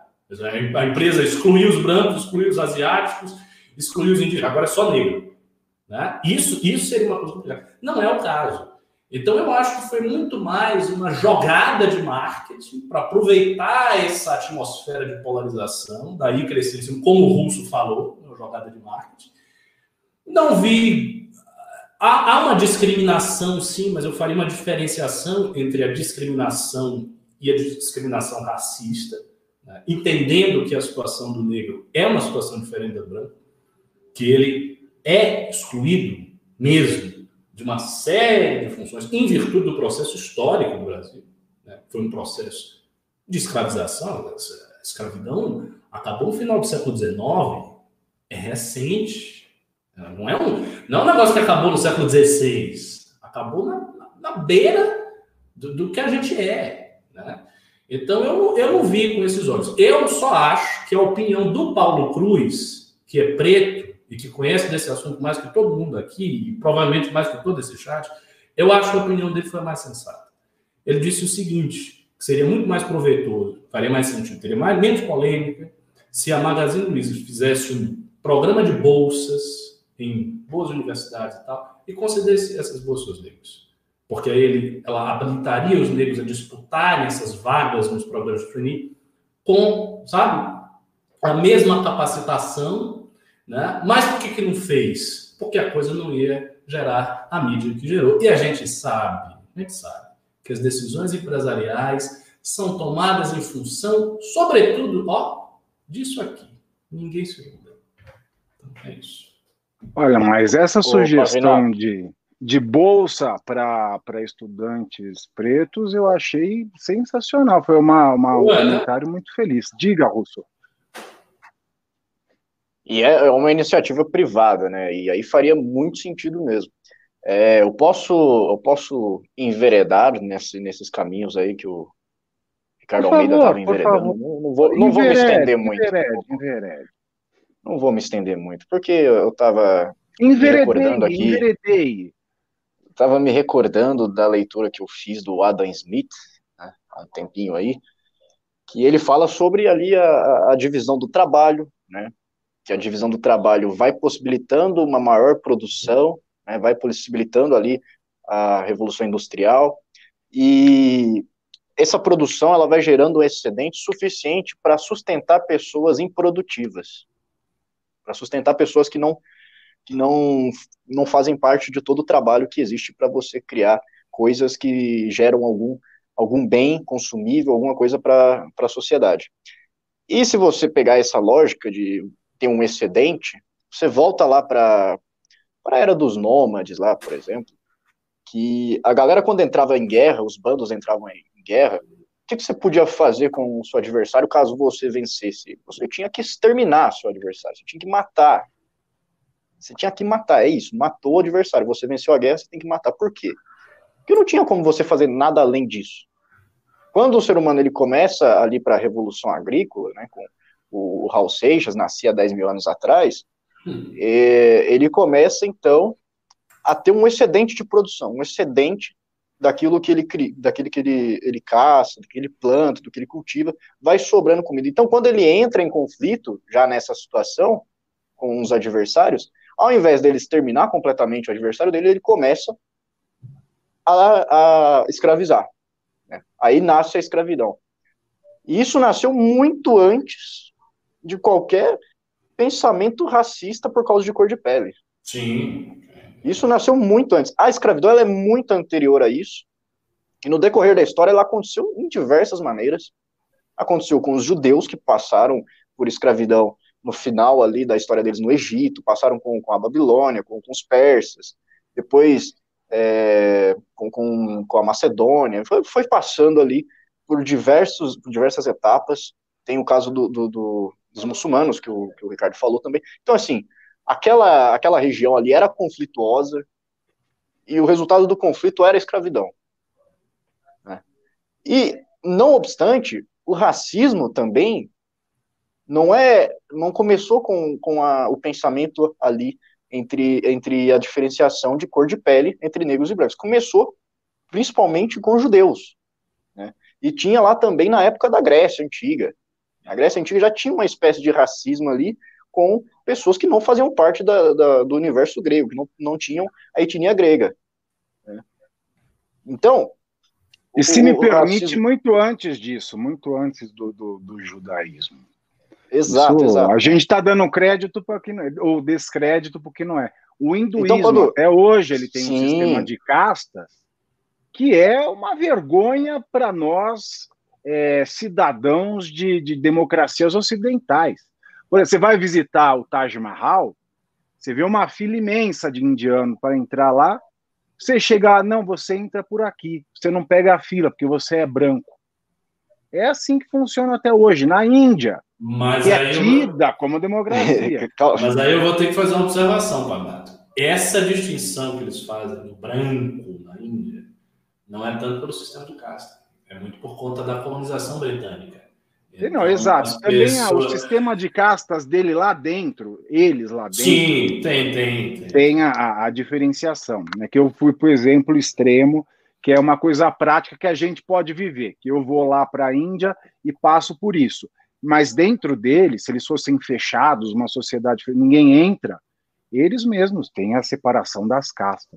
A empresa excluiu os brancos, excluiu os asiáticos, excluiu os indígenas. Agora é só negro. Né? Isso, isso seria uma coisa complicada. Não é o caso. Então, eu acho que foi muito mais uma jogada de marketing para aproveitar essa atmosfera de polarização, daí crescer, como o Russo falou, uma jogada de marketing. Não vi... Há, há uma discriminação, sim, mas eu faria uma diferenciação entre a discriminação e a discriminação racista, né? Entendendo que a situação do negro é uma situação diferente da branca, que ele é excluído mesmo de uma série de funções, em virtude do processo histórico do Brasil. Né? Foi um processo de escravização. A escravidão acabou no final do século dezenove, é recente. Não é um, não é um negócio que acabou no século dezesseis. Acabou na, na, na beira do, do que a gente é. Né? Então, eu, eu não vi com esses olhos. Eu só acho que a opinião do Paulo Cruz, que é preto e que conhece desse assunto mais que todo mundo aqui, e provavelmente mais que todo esse chat, eu acho que a opinião dele foi mais sensata. Ele disse o seguinte, que seria muito mais proveitoso, faria mais sentido, teria mais, menos polêmica, se a Magazine Luiza fizesse um programa de bolsas em boas universidades e tal, e concedesse essas bolsas aos negros. Porque aí ele, ela habilitaria os negros a disputarem essas vagas nos programas de trainee com, sabe, a mesma capacitação, né? Mas por que que não fez? Porque a coisa não ia gerar a mídia que gerou. E a gente sabe, a gente sabe, que as decisões empresariais são tomadas em função, sobretudo, ó, disso aqui. Ninguém se muda. Então, é isso. Olha, mas essa Ô, sugestão Pavinato, de, de bolsa para estudantes pretos eu achei sensacional. Foi uma, uma, um Ué, né? comentário muito feliz. Diga, Russo. e é uma iniciativa privada, né? E aí faria muito sentido mesmo. É, eu posso, eu posso enveredar nesse, nesses caminhos aí que o Por Ricardo Almeida favor, estava por enveredando. favor. Não, não vou, não vou me Enverede, estender muito. enverede, enverede. Não vou me estender muito, porque eu estava me recordando Enveredei, aqui, enveredei. estava me recordando da leitura que eu fiz do Adam Smith, né, há um tempinho aí, que ele fala sobre ali a, a divisão do trabalho, né, que a divisão do trabalho vai possibilitando uma maior produção, né, vai possibilitando ali a revolução industrial, e essa produção ela vai gerando um excedente suficiente para sustentar pessoas improdutivas, para sustentar pessoas que não que não, não fazem parte de todo o trabalho que existe para você criar coisas que geram algum, algum bem consumível, alguma coisa para a sociedade. E se você pegar essa lógica de ter um excedente, você volta lá para a era dos nômades, lá, por exemplo, que a galera, quando entrava em guerra, os bandos entravam em guerra, o que, que você podia fazer com o seu adversário caso você vencesse? Você tinha que exterminar seu adversário, você tinha que matar. Você tinha que matar, é isso, matou o adversário. Você venceu a guerra, você tem que matar. Por quê? Porque não tinha como você fazer nada além disso. Quando o ser humano ele começa ali para a Revolução Agrícola, né, com o Raul Seixas, nascia há dez mil anos atrás, hum. é, ele começa, então, a ter um excedente de produção, um excedente daquilo que ele, daquilo que ele, ele caça, do que ele planta, do que ele cultiva, vai sobrando comida. Então, quando ele entra em conflito, já nessa situação, com os adversários, ao invés dele exterminar completamente o adversário dele, ele começa a, a escravizar. Né? Aí nasce a escravidão. E isso nasceu muito antes de qualquer pensamento racista por causa de cor de pele. Sim. Isso nasceu muito antes. A escravidão ela é muito anterior a isso. E no decorrer da história ela aconteceu em diversas maneiras. Aconteceu com os judeus que passaram por escravidão no final ali da história deles no Egito, passaram com, com a Babilônia, com, com os persas, depois é, com, com, com a Macedônia, foi, foi passando ali por, diversos, por diversas etapas. Tem o caso do, do, do, dos muçulmanos, que o, que o Ricardo falou também. Então, assim, aquela, aquela região ali era conflituosa e o resultado do conflito era a escravidão. Né? E, não obstante, o racismo também não é, não começou com, com a, o pensamento ali entre, entre a diferenciação de cor de pele entre negros e brancos. Começou principalmente com judeus. Né? E tinha lá também na época da Grécia Antiga. A Grécia Antiga já tinha uma espécie de racismo ali com pessoas que não faziam parte da, da, do universo grego, que não, não tinham a etnia grega. Né? Então... E se o, me o permite, racismo... muito antes disso, muito antes do, do, do judaísmo. Exato, Isso, exato. A gente está dando crédito para que não é, ou descrédito porque não é. O hinduísmo, então, quando... até hoje, ele tem Sim. um sistema de castas que é uma vergonha para nós, é, cidadãos de, de democracias ocidentais. Por exemplo, você vai visitar o Taj Mahal, você vê uma fila imensa de indiano para entrar lá, você chega, não, você entra por aqui, você não pega a fila porque você é branco. É assim que funciona até hoje. Na Índia, Mas que aí é tida eu... como democracia. Mas aí eu vou ter que fazer uma observação, Pavinato. Essa distinção que eles fazem do branco na Índia não é tanto pelo sistema de casta. É muito por conta da colonização britânica. Então, não, exato. Também pessoas... o sistema de castas dele lá dentro, eles lá dentro. Sim, tem, tem. Tem, tem a, a diferenciação. Né? Que eu fui, por exemplo, extremo, que é uma coisa prática que a gente pode viver. Que eu vou lá para a Índia e passo por isso. Mas dentro deles, se eles fossem fechados, uma sociedade, ninguém entra, eles mesmos têm a separação das castas.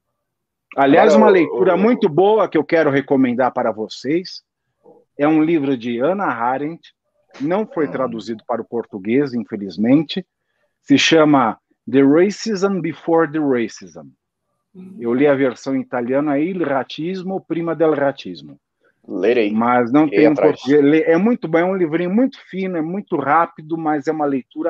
Aliás, uma leitura muito boa que eu quero recomendar para vocês é um livro de Hannah Arendt, não foi traduzido para o português, infelizmente, se chama The Racism Before the Racism. Eu li a versão em italiano, é Il Racismo Prima del Racismo. Lerei. Mas não tem um português. É muito bom, é um livrinho muito fino, é muito rápido, mas é uma leitura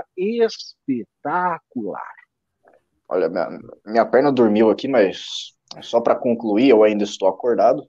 espetacular. Olha, minha, minha perna dormiu aqui, mas só para concluir, eu ainda estou acordado.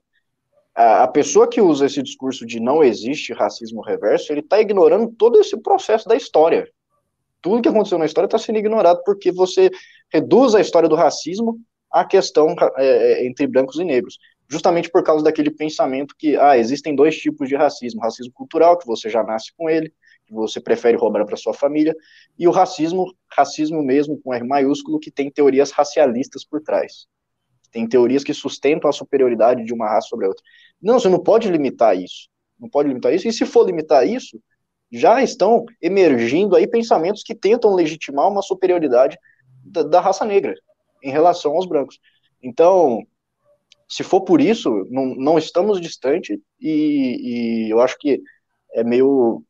A pessoa que usa esse discurso de não existe racismo reverso, ele está ignorando todo esse processo da história. Tudo que aconteceu na história está sendo ignorado porque você reduz a história do racismo à questão é, entre brancos e negros. Justamente por causa daquele pensamento que ah, existem dois tipos de racismo. O racismo cultural, que você já nasce com ele, que você prefere roubar para sua família, e o racismo, racismo mesmo, com R maiúsculo, que tem teorias racialistas por trás. Tem teorias que sustentam a superioridade de uma raça sobre a outra. Não, você não pode limitar isso. Não pode limitar isso. E se for limitar isso, já estão emergindo aí pensamentos que tentam legitimar uma superioridade da, da raça negra em relação aos brancos. Então, se for por isso, não, não estamos distante e, e eu acho que é meio,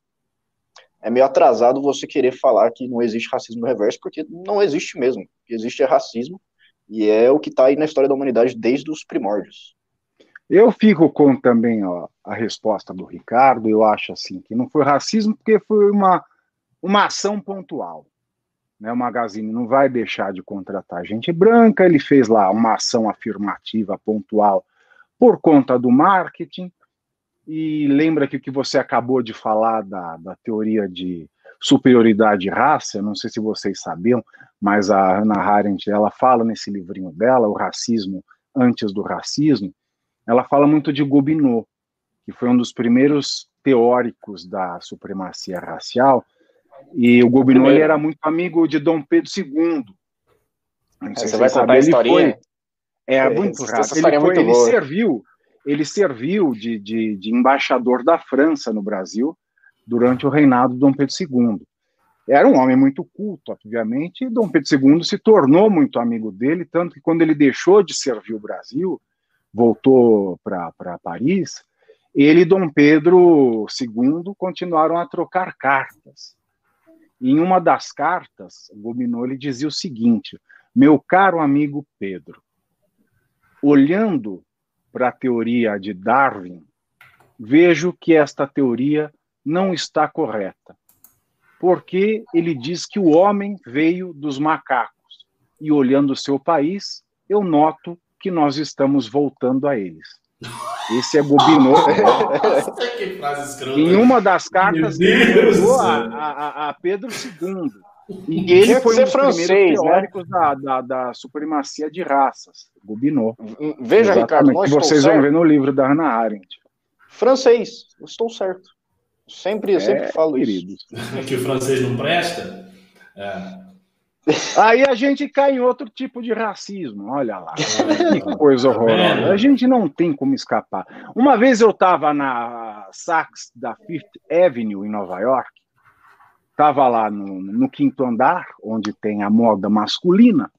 é meio atrasado você querer falar que não existe racismo reverso, porque não existe mesmo. O que existe é racismo. E é o que está aí na história da humanidade desde os primórdios. Eu fico com também ó, a resposta do Ricardo, eu acho assim, que não foi racismo porque foi uma, uma ação pontual. Né? O Magazine não vai deixar de contratar gente branca, ele fez lá uma ação afirmativa pontual por conta do marketing, e lembra que o que você acabou de falar da, da teoria de superioridade de raça, não sei se vocês sabiam, mas a Hannah Arendt, ela fala nesse livrinho dela, O Racismo Antes do Racismo, ela fala muito de Gobineau, que foi um dos primeiros teóricos da supremacia racial, e o Gobineau ele era muito amigo de Dom Pedro segundo. Não sei Você se vai contar a historinha? Foi, é, muito rápido. Ele, foi, muito ele serviu, ele serviu de, de, de embaixador da França no Brasil durante o reinado de Dom Pedro segundo. Era um homem muito culto, obviamente, e Dom Pedro segundo se tornou muito amigo dele, tanto que quando ele deixou de servir o Brasil, voltou para Paris, ele e Dom Pedro segundo continuaram a trocar cartas. E em uma das cartas, Gobineau ele dizia o seguinte: meu caro amigo Pedro, olhando para a teoria de Darwin, vejo que esta teoria não está correta, porque ele diz que o homem veio dos macacos, e olhando o seu país, eu noto que nós estamos voltando a eles. Esse é Gobineau. Nossa, que frase escrota. Em uma das cartas que ele mandou a, a, a Pedro segundo. E ele Tinha foi um dos francês, primeiros teóricos, né? da, da, da supremacia de raças. Gobineau. Veja, Exatamente, Ricardo, não que estou vocês certo. vão ver no livro da Hannah Arendt. Francês, estou certo. Sempre, É, sempre falo queridos. isso. Que o francês não presta? É. Aí a gente cai em outro tipo de racismo, olha lá. Que coisa horrorosa. A gente não tem como escapar. Uma vez eu estava na Saks da Fifth Avenue, em Nova York, estava lá no, no quinto andar, onde tem a moda masculina,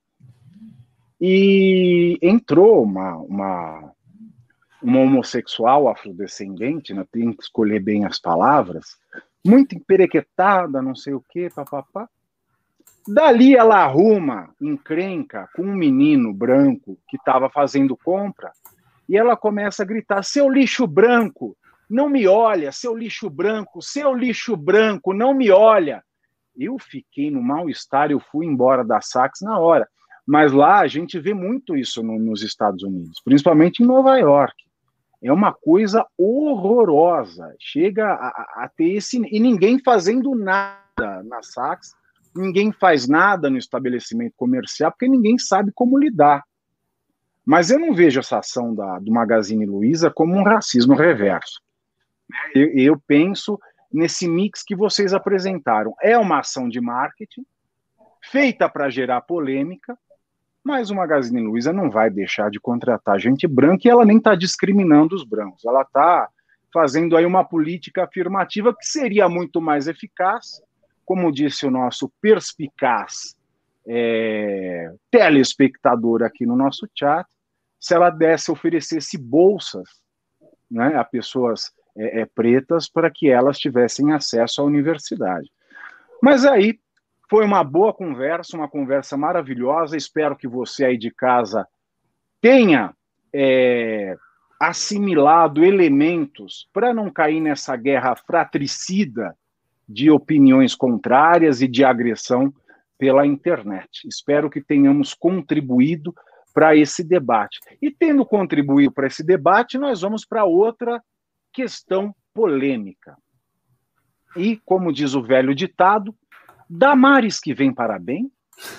e entrou uma, uma, uma homossexual afrodescendente, né, tem que escolher bem as palavras, muito emperequetada, não sei o quê, papapá. Dali ela arruma encrenca com um menino branco que estava fazendo compra, e ela começa a gritar: seu lixo branco, não me olha, seu lixo branco, seu lixo branco, não me olha. Eu fiquei no mal-estar, eu fui embora da Saks na hora. Mas lá a gente vê muito isso no, nos Estados Unidos, principalmente em Nova York. É uma coisa horrorosa. Chega a, a, a ter esse... E ninguém fazendo nada na Saks, ninguém faz nada no estabelecimento comercial, porque ninguém sabe como lidar. Mas eu não vejo essa ação da, do Magazine Luiza como um racismo reverso. Eu, eu penso nesse mix que vocês apresentaram. É uma ação de marketing, feita para gerar polêmica, mas o Magazine Luiza não vai deixar de contratar gente branca e ela nem está discriminando os brancos. Ela está fazendo aí uma política afirmativa que seria muito mais eficaz, como disse o nosso perspicaz é, telespectador aqui no nosso chat, se ela desse, oferecesse bolsas, né, a pessoas é, é, pretas para que elas tivessem acesso à universidade. Mas aí foi uma boa conversa, uma conversa maravilhosa. Espero que você aí de casa tenha é, assimilado elementos para não cair nessa guerra fratricida de opiniões contrárias e de agressão pela internet. Espero que tenhamos contribuído para esse debate. E tendo contribuído para esse debate, nós vamos para outra questão polêmica. E, como diz o velho ditado, Damares que vem para bem?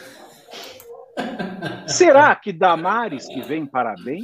Será que Damares que vem para bem?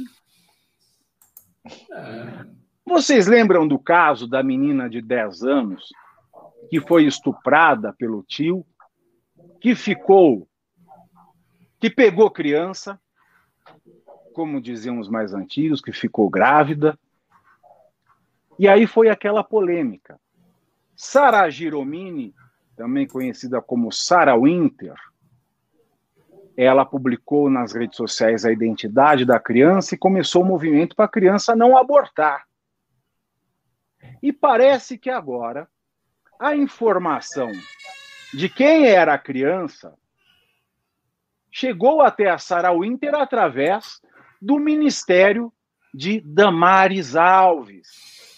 Vocês lembram do caso da menina de dez anos que foi estuprada pelo tio, que ficou, que pegou criança, como diziam os mais antigos, que ficou grávida. E aí foi aquela polêmica. Sarah Giromini, também conhecida como Sarah Winter, ela publicou nas redes sociais a identidade da criança e começou o movimento para a criança não abortar. E parece que agora a informação de quem era a criança chegou até a Sarah Winter através do Ministério de Damares Alves.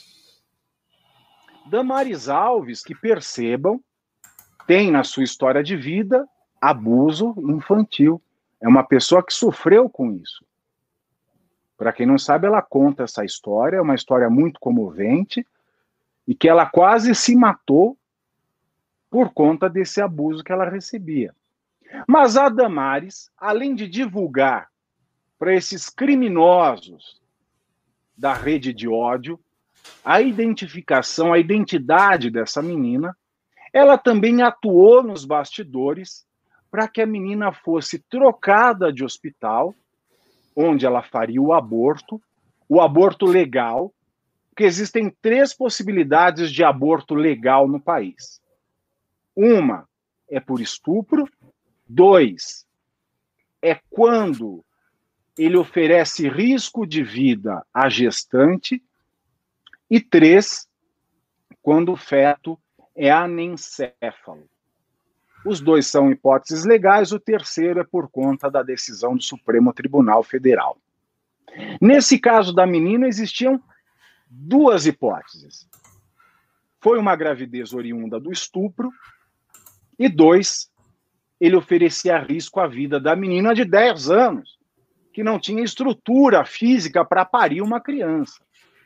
Damares Alves, que percebam, tem na sua história de vida abuso infantil. É uma pessoa que sofreu com isso. Para quem não sabe, ela conta essa história, é uma história muito comovente, e que ela quase se matou por conta desse abuso que ela recebia. Mas a Damares, além de divulgar para esses criminosos da rede de ódio a identificação, a identidade dessa menina, ela também atuou nos bastidores para que a menina fosse trocada de hospital, onde ela faria o aborto, o aborto legal, porque existem três possibilidades de aborto legal no país. Uma é por estupro, dois é quando ele oferece risco de vida à gestante, e três, quando o feto é anencéfalo. Os dois são hipóteses legais, o terceiro é por conta da decisão do Supremo Tribunal Federal. Nesse caso da menina, existiam duas hipóteses. Foi uma gravidez oriunda do estupro, e dois, ele oferecia risco à vida da menina de dez anos, que não tinha estrutura física para parir uma criança.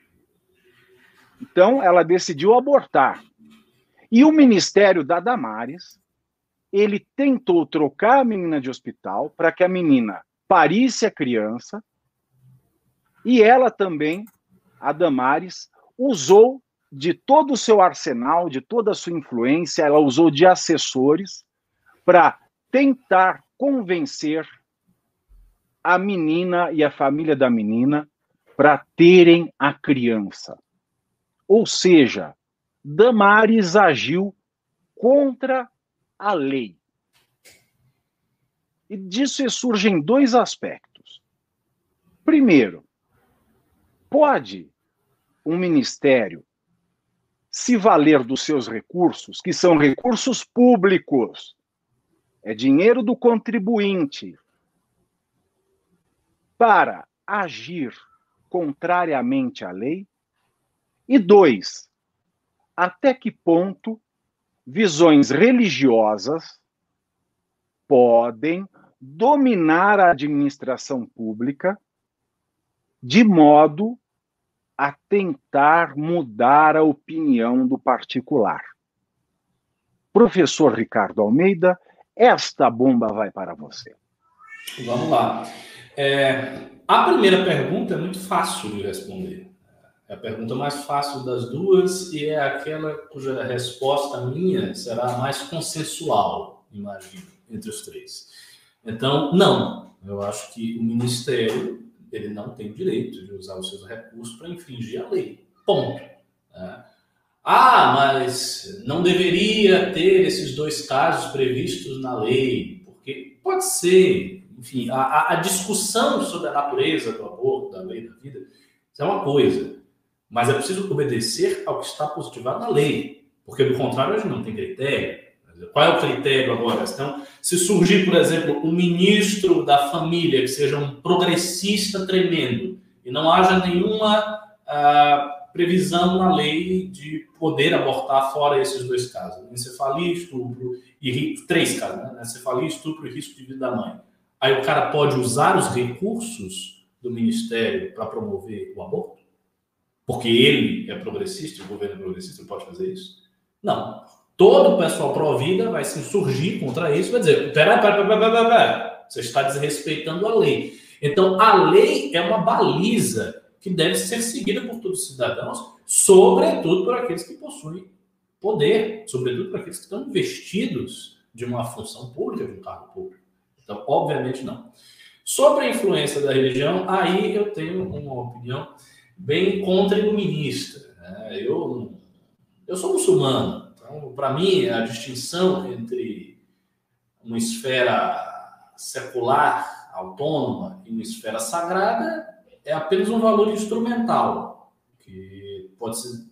Então, ela decidiu abortar. E o Ministério da Damares, ele tentou trocar a menina de hospital para que a menina parisse a criança, e ela também, a Damares, usou de todo o seu arsenal, de toda a sua influência, ela usou de assessores para tentar convencer a menina e a família da menina para terem a criança. Ou seja, Damares agiu contra a lei. E disso surgem dois aspectos. Primeiro, pode um ministério se valer dos seus recursos, que são recursos públicos, é dinheiro do contribuinte, para agir contrariamente à lei? E dois, até que ponto visões religiosas podem dominar a administração pública de modo a tentar mudar a opinião do particular? Professor Ricardo Almeida, esta bomba vai para você. Vamos lá. É, a primeira pergunta é muito fácil de responder. É a pergunta mais fácil das duas e é aquela cuja resposta minha será a mais consensual, imagino, entre os três. Então, não. Eu acho que o Ministério ele não tem o direito de usar os seus recursos para infringir a lei. Ponto. É. Ah, mas não deveria ter esses dois casos previstos na lei, porque pode ser. Enfim, a, a discussão sobre a natureza do aborto, da lei da vida, isso é uma coisa. Mas é preciso obedecer ao que está positivado na lei, porque do contrário a gente não tem critério. Qual é o critério agora? Então, se surgir, por exemplo, um ministro da família que seja um progressista tremendo e não haja nenhuma uh, previsão na lei de poder abortar fora esses dois casos, encefalia, estupro e três casos, né? Encefalia, estupro e risco de vida da mãe. Aí o cara pode usar os recursos do ministério para promover o aborto? Porque ele é progressista, o governo é progressista, ele pode fazer isso? Não. Todo o pessoal pró-vida vai se insurgir contra isso, vai dizer, pera, pera, pera, pera, pera, você está desrespeitando a lei. Então, a lei é uma baliza que deve ser seguida por todos os cidadãos, sobretudo por aqueles que possuem poder, sobretudo por aqueles que estão investidos de uma função pública, de um cargo público. Então, obviamente, não. Sobre a influência da religião, aí eu tenho uma opinião bem contra-iluminista. Né? Eu, eu sou muçulmano. Então, para mim, a distinção entre uma esfera secular, autônoma, e uma esfera sagrada é apenas um valor instrumental. Que pode ser...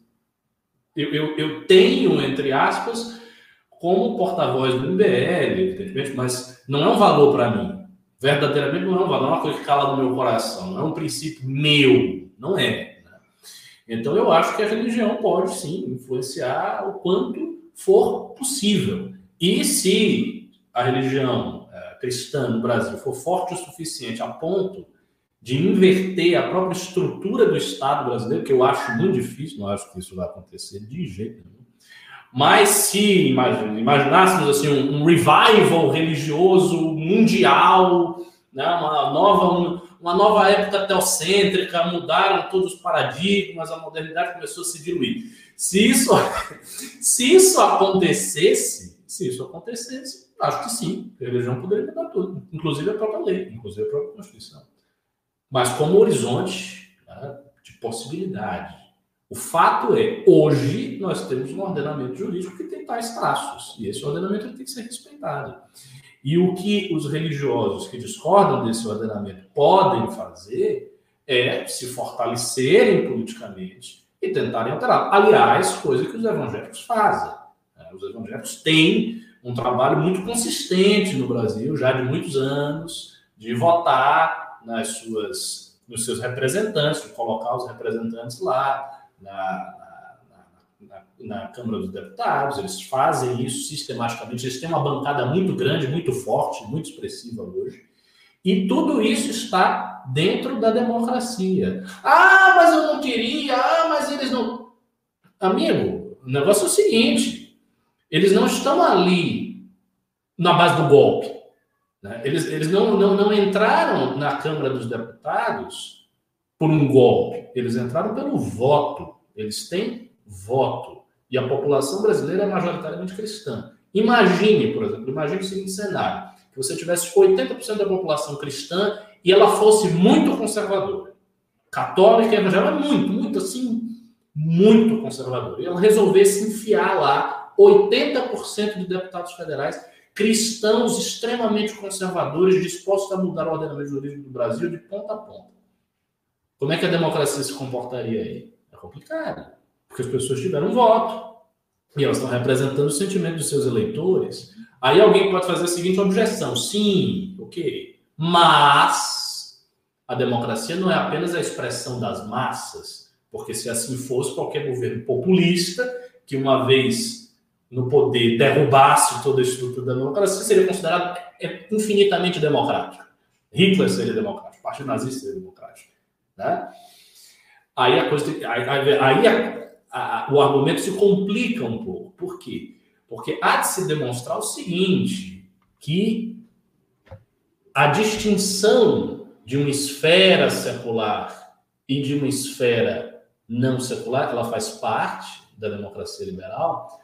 Eu, eu, eu tenho, entre aspas, como porta-voz do M B L, evidentemente, mas não é um valor para mim. Verdadeiramente não é um valor, não é uma coisa que cala no meu coração, não é um princípio meu, não é. Então, eu acho que a religião pode, sim, influenciar o quanto for possível. E se a religião é, cristã no Brasil for forte o suficiente a ponto de inverter a própria estrutura do Estado brasileiro, que eu acho muito difícil, não acho que isso vai acontecer de jeito nenhum, mas se imagine, imaginássemos assim, um, um revival religioso mundial, né, uma nova... Um, uma nova época teocêntrica, mudaram todos os paradigmas, a modernidade começou a se diluir. Se isso, se isso acontecesse, se isso acontecesse, acho que sim, a religião poderia mudar tudo, inclusive a própria lei, inclusive a própria Constituição. Mas como horizonte, né, de possibilidade. O fato é, hoje nós temos um ordenamento jurídico que tem tais traços, e esse ordenamento tem que ser respeitado. E o que os religiosos que discordam desse ordenamento podem fazer é se fortalecerem politicamente e tentarem alterar. Aliás, coisa que os evangélicos fazem. Os evangélicos têm um trabalho muito consistente no Brasil, já de muitos anos, de votar nas suas, nos seus representantes, de colocar os representantes lá na... Na, na Câmara dos Deputados, eles fazem isso sistematicamente, eles têm uma bancada muito grande, muito forte, muito expressiva hoje, e tudo isso está dentro da democracia. Ah, mas eu não queria, ah, mas eles não... Amigo, o negócio é o seguinte, eles não estão ali na base do golpe, né? Eles, eles não, não, não entraram na Câmara dos Deputados por um golpe, eles entraram pelo voto, eles têm voto. E a população brasileira é majoritariamente cristã. Imagine, por exemplo, imagine o seguinte cenário, que você tivesse oitenta por cento da população cristã e ela fosse muito conservadora. Católica e evangélica, muito, muito assim, muito conservadora. E ela resolvesse enfiar lá oitenta por cento de deputados federais cristãos extremamente conservadores, dispostos a mudar o ordenamento jurídico do Brasil de ponta a ponta. Como é que a democracia se comportaria aí? É complicado. Porque as pessoas tiveram voto e elas estão representando o sentimento dos seus eleitores. Aí alguém pode fazer a seguinte objeção. Sim, ok. Mas a democracia não é apenas a expressão das massas, porque se assim fosse, qualquer governo populista que uma vez no poder derrubasse toda a estrutura da democracia seria considerado infinitamente democrático. Hitler seria democrático, o Partido Nazista seria democrático. Né? Aí a coisa... Aí, aí, aí a, A, o argumento se complica um pouco. Por quê? Porque há de se demonstrar o seguinte, que a distinção de uma esfera secular e de uma esfera não secular, ela faz parte da democracia liberal,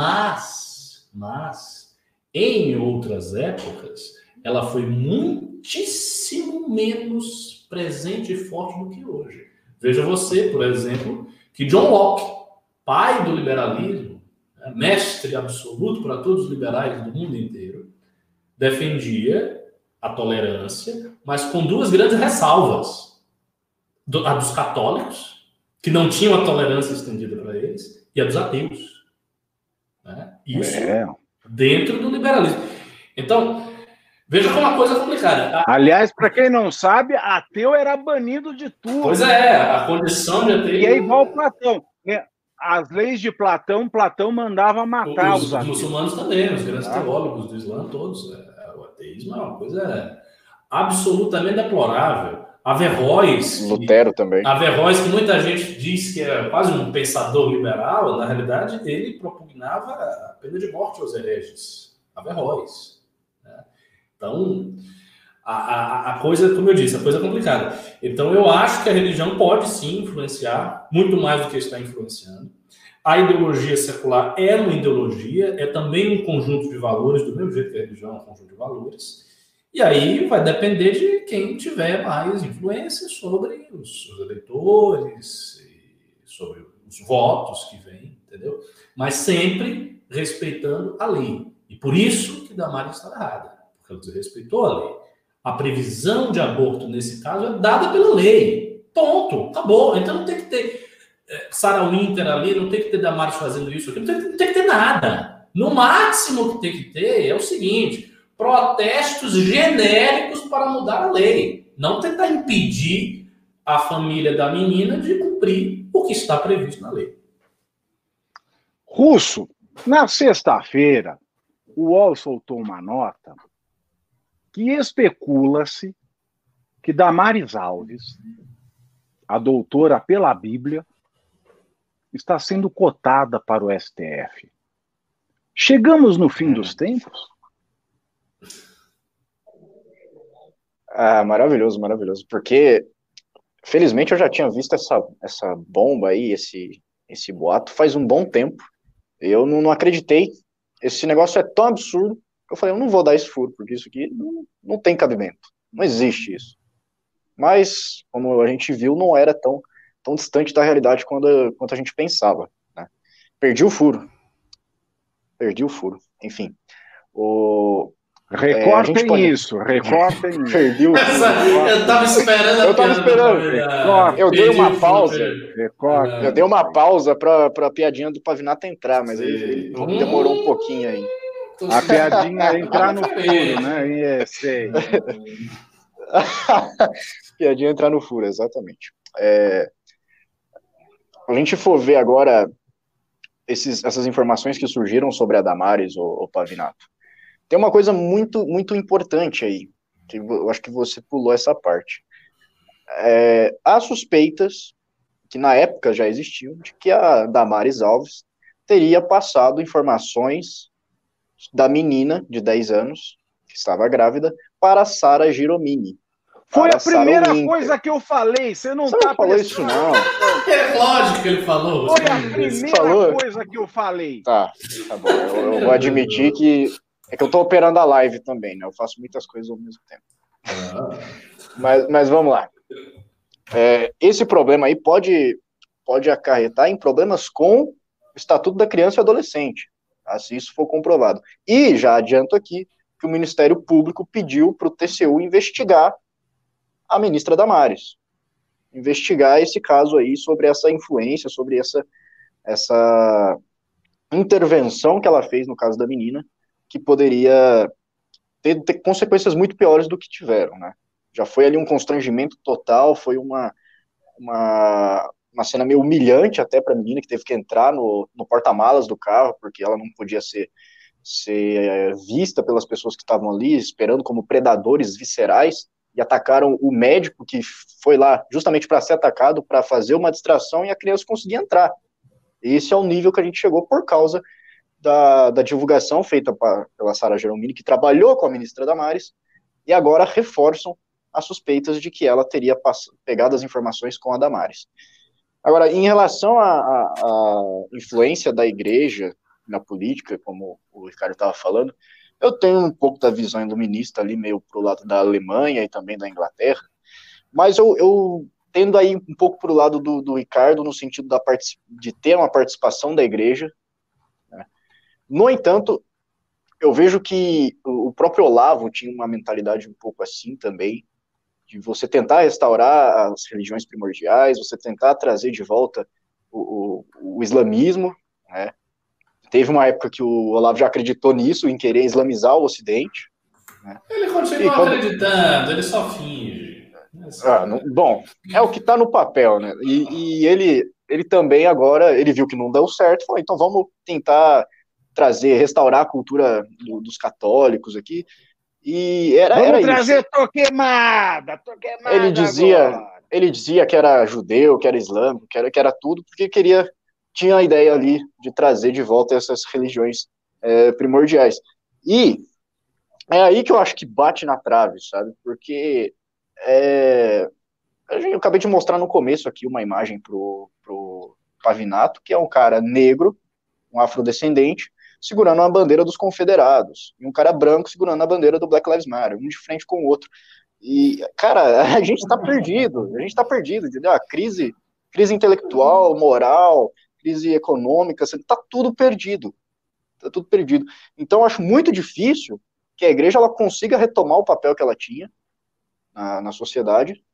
mas, mas em outras épocas, ela foi muitíssimo menos presente e forte do que hoje. Veja você, por exemplo, que John Locke, pai do liberalismo, mestre absoluto para todos os liberais do mundo inteiro, defendia a tolerância, mas com duas grandes ressalvas. A dos católicos, que não tinham a tolerância estendida para eles, e a dos ateus. Né? Isso é. Dentro do liberalismo. Então, veja como a coisa é complicada. Aliás, para quem não sabe, ateu era banido de tudo. Pois é, a condição de ateu... E é igual Platão. As leis de Platão, Platão mandava matar os, os, os muçulmanos também, os grandes ah. teólogos do Islã todos. O ateísmo é uma coisa absolutamente deplorável. Averroes... Lutero que, também. Averroes, que muita gente diz que é quase um pensador liberal, na realidade, ele propugnava a pena de morte aos hereges. Averroes. Né? Então, a, a, a coisa, como eu disse, a coisa é complicada. Então, eu acho que a religião pode, sim, influenciar, muito mais do que está influenciando. A ideologia secular é uma ideologia, é também um conjunto de valores, do mesmo jeito que a religião é um conjunto de valores. E aí vai depender de quem tiver mais influência sobre os, os eleitores, sobre os votos que vêm, entendeu? Mas sempre respeitando a lei. E por isso que Damares está errada, porque ela desrespeitou a lei. A previsão de aborto, nesse caso, é dada pela lei. Ponto. Acabou. Então não tem que ter é, Sarah Winter ali, não tem que ter Damares fazendo isso aqui, não tem, não tem que ter nada. No máximo que tem que ter é o seguinte... protestos genéricos para mudar a lei. Não tentar impedir a família da menina de cumprir o que está previsto na lei. Russo, na sexta-feira, o U O L soltou uma nota que especula-se que Damares Alves, a doutora pela Bíblia, está sendo cotada para o S T F. Chegamos no fim dos tempos? Ah, maravilhoso, maravilhoso. Porque, felizmente, eu já tinha visto essa, essa bomba aí, esse, esse boato, faz um bom tempo. Eu não, não acreditei. Esse negócio é tão absurdo que eu falei, eu não vou dar esse furo, porque isso aqui não, não tem cabimento. Não existe isso. Mas, como a gente viu, não era tão, tão distante da realidade quando, quanto a gente pensava. Né? Perdi o furo. Perdi o furo. Enfim. O... Recortem é, pode... isso, recortem isso. Perdi o furo. Eu tava esperando a Eu tava esperando. Eu dei uma pausa. Recorte. Eu dei uma pausa pra, pra piadinha do Pavinato entrar, mas ele hum. demorou um pouquinho aí. A piadinha é entrar no furo, né? É, sei. Piadinha entrar no furo, exatamente. É... A gente for ver agora esses, essas informações que surgiram sobre a Damares, o, o Pavinato. Tem uma coisa muito, muito importante aí, que eu acho que você pulou essa parte. É, há suspeitas, que na época já existiam, de que a Damares Alves teria passado informações da menina de dez anos, que estava grávida, para a Sara Giromini. Foi a primeira coisa que eu falei, você não você tá não falou isso não. É lógico que ele falou. Foi a primeira coisa que eu falei. Tá, tá bom, eu, eu vou admitir que é que eu tô operando a live também, né? Eu faço muitas coisas ao mesmo tempo. Ah. Mas, mas vamos lá. É, esse problema aí pode, pode acarretar em problemas com o Estatuto da Criança e Adolescente, tá? Se isso for comprovado. E já adianto aqui que o Ministério Público pediu para o T C U investigar a ministra Damares. Investigar esse caso aí sobre essa influência, sobre essa, essa intervenção que ela fez no caso da menina, que poderia ter, ter consequências muito piores do que tiveram, né? Já foi ali um constrangimento total, foi uma, uma, uma cena meio humilhante até para a menina, que teve que entrar no, no porta-malas do carro, porque ela não podia ser, ser vista pelas pessoas que estavam ali, esperando como predadores viscerais, e atacaram o médico que foi lá justamente para ser atacado, para fazer uma distração, e a criança conseguia entrar. Esse é o nível que a gente chegou por causa Da, da divulgação feita pra, pela Sara Giromini, que trabalhou com a ministra Damares, e agora reforçam as suspeitas de que ela teria pass- pegado as informações com a Damares. Agora, em relação à, à, à influência da igreja na política, como o Ricardo estava falando, eu tenho um pouco da visão iluminista ali, meio pro lado da Alemanha e também da Inglaterra, mas eu, eu tendo aí um pouco pro lado do, do Ricardo, no sentido da particip... de ter uma participação da igreja, né? No entanto, eu vejo que o próprio Olavo tinha uma mentalidade um pouco assim também, de você tentar restaurar as religiões primordiais, você tentar trazer de volta o, o, o islamismo, né? Teve uma época que o Olavo já acreditou nisso, em querer islamizar o Ocidente, né? Ele continua quando... acreditando, ele só finge. Ah, não... Bom, é o que está no papel, né? E, e ele, ele também agora, ele viu que não deu certo, falou, então vamos tentar trazer, restaurar a cultura do, dos católicos aqui. E era, Vamos era trazer isso. Tô queimada, tô queimada ele dizia, agora. Ele dizia que era judeu, que era islâmico, que era, que era tudo, porque queria, tinha a ideia ali de trazer de volta essas religiões é, primordiais. E é aí que eu acho que bate na trave, sabe? Porque é, eu acabei de mostrar no começo aqui uma imagem pro, pro Pavinato, que é um cara negro, um afrodescendente, segurando a bandeira dos confederados, e um cara branco segurando a bandeira do Black Lives Matter, um de frente com o outro. E, cara, a gente tá perdido, a gente tá perdido, entendeu? A crise, crise intelectual, moral, crise econômica, tá tudo perdido, tá tudo perdido. Então, eu acho muito difícil que a igreja ela consiga retomar o papel que ela tinha na, na sociedade,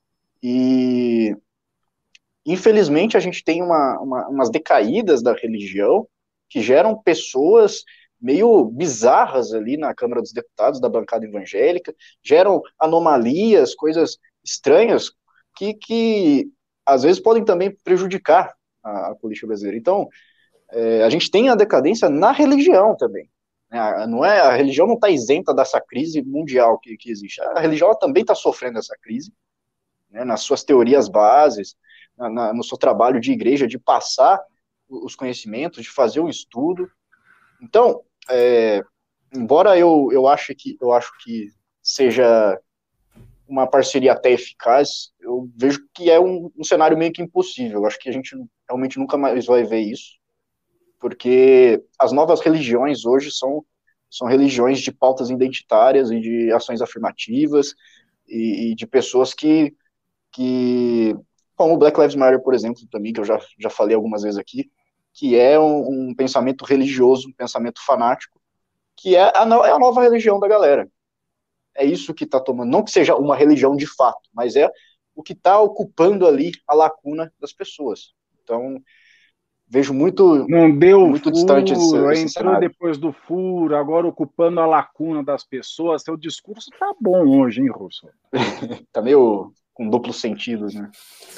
e infelizmente a gente tem uma, uma, umas decaídas da religião que geram pessoas meio bizarras ali na Câmara dos Deputados, da bancada evangélica, geram anomalias, coisas estranhas, que, que às vezes podem também prejudicar a, a política brasileira. Então, é, a gente tem a decadência na religião também. Né? Não é, a religião não está isenta dessa crise mundial que, que existe. A religião ela também está sofrendo essa crise, né, nas suas teorias bases, na, na, no seu trabalho de igreja, de passar os conhecimentos, de fazer o estudo. Então, é, embora eu, eu, ache que, eu acho que seja uma parceria até eficaz, eu vejo que é um, um cenário meio que impossível. Eu acho que a gente realmente nunca mais vai ver isso, porque as novas religiões hoje são, são religiões de pautas identitárias e de ações afirmativas e, e de pessoas que, que, como o Black Lives Matter, por exemplo, também, que eu já, já falei algumas vezes aqui, que é um, um pensamento religioso, um pensamento fanático, que é a, no, é a nova religião da galera. É isso que está tomando, não que seja uma religião de fato, mas é o que está ocupando ali a lacuna das pessoas. Então, vejo muito, não deu muito furo, distante esse, esse entrou cenário. Depois do furo, agora ocupando a lacuna das pessoas. Seu discurso tá bom hoje, hein, Russo? Tá meio com duplos sentidos, né?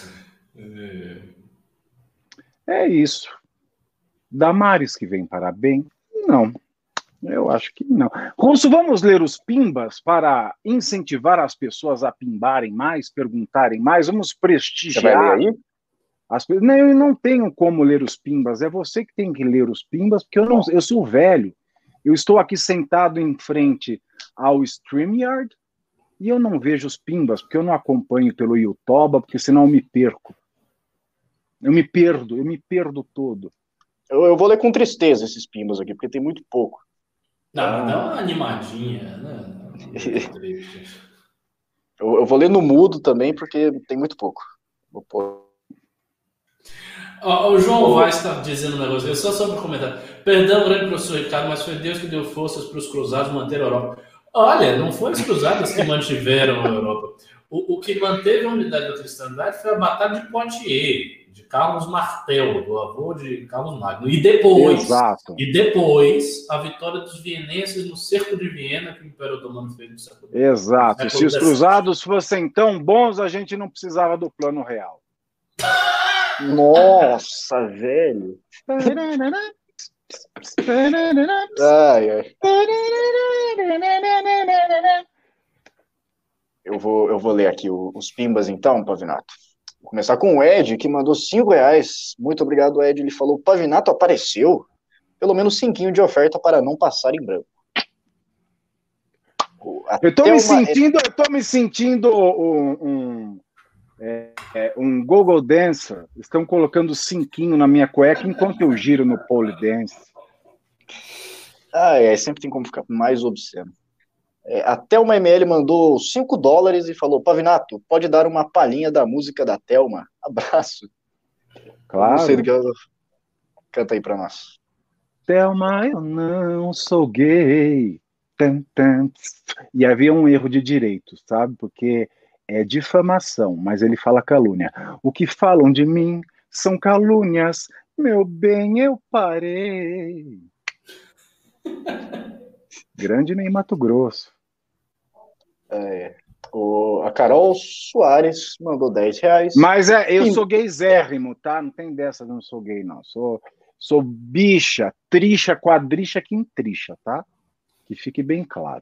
É isso. Damares que vem para bem? Não, eu acho que não. Russo, vamos ler os pimbas para incentivar as pessoas a pimbarem mais, perguntarem mais, vamos prestigiar. Você vai ler aí? As... Não, eu não tenho como ler os pimbas, é você que tem que ler os pimbas, porque eu, não, eu sou velho. Eu estou aqui sentado em frente ao StreamYard e eu não vejo os pimbas, porque eu não acompanho pelo YouTube, porque senão eu me perco. Eu me perdo, eu me perdo todo. Eu, eu vou ler com tristeza esses pimbas aqui, porque tem muito pouco. Não, mas dá uma animadinha, né? eu, eu vou ler no mudo também, porque tem muito pouco. Vou pôr. O João Vaz está dizendo um negócio, só sobre comentar. Perdão, grande professor Ricardo, mas foi Deus que deu forças para os cruzados manter a Europa. Olha, não foram os cruzados que mantiveram a Europa. O, o que manteve a unidade da cristandade foi a Batalha de Poitiers, de Carlos Martel, do avô de Carlos Magno. E depois, Exato. e depois a vitória dos vienenses no cerco de Viena, que o Império Otomano fez no século dezessete. Exato. Se os cruzados fossem tão bons, a gente não precisava do plano real. Nossa, velho. Ai, ai. Eu vou, eu vou ler aqui os pimbas então, Pavinato. Vou começar com o Ed, que mandou cinco reais. Muito obrigado, Ed. Ele falou, Pavinato apareceu. Pelo menos cinquinho de oferta para não passar em branco. Até eu tô me uma... sentindo, eu tô me sentindo um, um, é, é, um Google Dancer, estão colocando cinquinho na minha cueca enquanto eu giro no pole dance. Ah, é, sempre tem como ficar mais obsceno. É, a Thelma M L mandou cinco dólares e falou, Pavinato, pode dar uma palhinha da música da Thelma? Abraço. Claro. Eu não sei do que ela... Canta aí pra nós. Thelma, eu não sou gay. Tum, tum. E havia um erro de direito, sabe? Porque é difamação, mas ele fala calúnia. O que falam de mim são calúnias. Meu bem, eu parei. Grande Ney Mato Grosso. É, o, a Carol Soares mandou dez reais. Mas é, eu sou gaysérrimo, tá? Não tem dessa, não sou gay, não. Sou, sou bicha, tricha, quadricha, quintricha, tá? Que fique bem claro.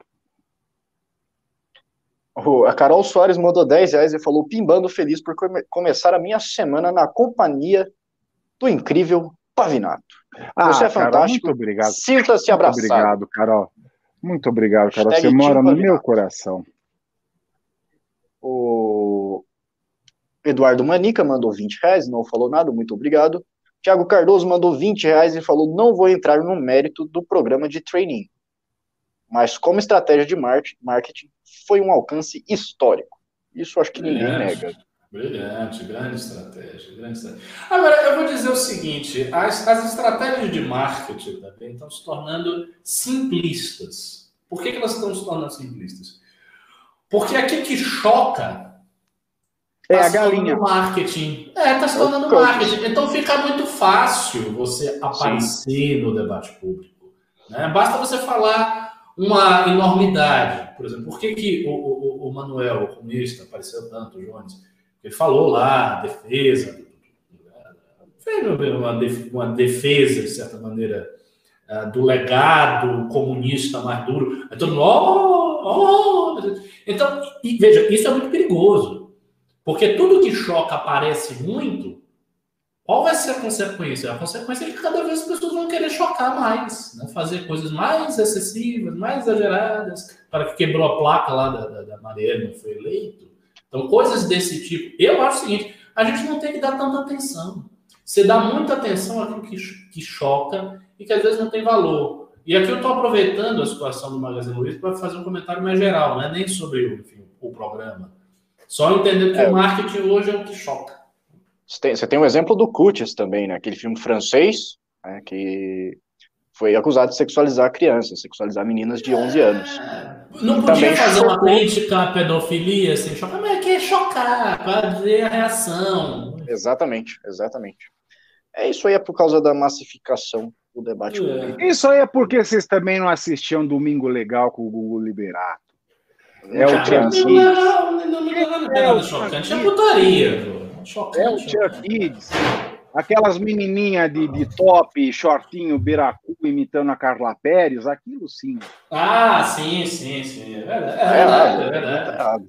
A Carol Soares mandou dez reais e falou, pimbando feliz por come começar a minha semana na companhia do incrível Pavinato. Ah, Você é Carol, fantástico. muito obrigado. Sinta-se abraçado. Muito obrigado, Carol. Muito obrigado, Carol. Hashtag Você mora no Pavinato. meu coração. O Eduardo Manica mandou vinte reais, não falou nada, muito obrigado. Tiago Cardoso mandou vinte reais e falou, não vou entrar no mérito do programa de training, mas como estratégia de marketing, foi um alcance histórico. Isso acho que ninguém nega. Brilhante, grande estratégia, grande estratégia. Agora, eu vou dizer o seguinte, as, as estratégias de marketing também estão se tornando simplistas. Por que, que elas estão se tornando simplistas? Porque aquilo que choca é tá a galinha. Marketing. É, está se tornando marketing. Então fica muito fácil você aparecer Sim. no debate público. Né? Basta você falar uma enormidade. Por exemplo, por que, que o, o, o Manuel, o comunista, apareceu tanto, o Jones? Ele falou lá, defesa, fez uma defesa, de certa maneira, do legado comunista mais duro. Aí todo mundo, oh, oh. Então, e, veja, isso é muito perigoso. Porque tudo que choca aparece muito, qual vai ser a consequência? A consequência é que cada vez as pessoas vão querer chocar mais, né? Fazer coisas mais excessivas, mais exageradas, para que quebrou a placa lá da, da, da Marielle, não foi eleito. Então, coisas desse tipo. Eu acho o seguinte, a gente não tem que dar tanta atenção. Você dá muita atenção àquilo que, que choca e que às vezes não tem valor. E aqui eu estou aproveitando a situação do Magazine Luiza para fazer um comentário mais geral, não é nem sobre enfim, o programa. Só entender que é. o marketing hoje é o que choca. Você tem, você tem um exemplo do Cuties também, né? Aquele filme francês, né? Que foi acusado de sexualizar crianças, sexualizar meninas de onze anos. Não podia também fazer chocou. Uma crítica à pedofilia sem chocar, mas é que é chocar, para ver a reação. Exatamente, exatamente. É isso aí, é por causa da massificação do debate é. público. Isso aí é porque vocês também não assistiam Domingo Legal com o Gugu Liberato. É o Tia Kids. Não, não, não, não, é nada chocante, é putaria, é o Tia Kids. Aquelas menininhas de, de top, shortinho, beiracu, imitando a Carla Pérez, aquilo sim. Ah, sim, sim, sim. É verdade, é verdade. É verdade. É verdade.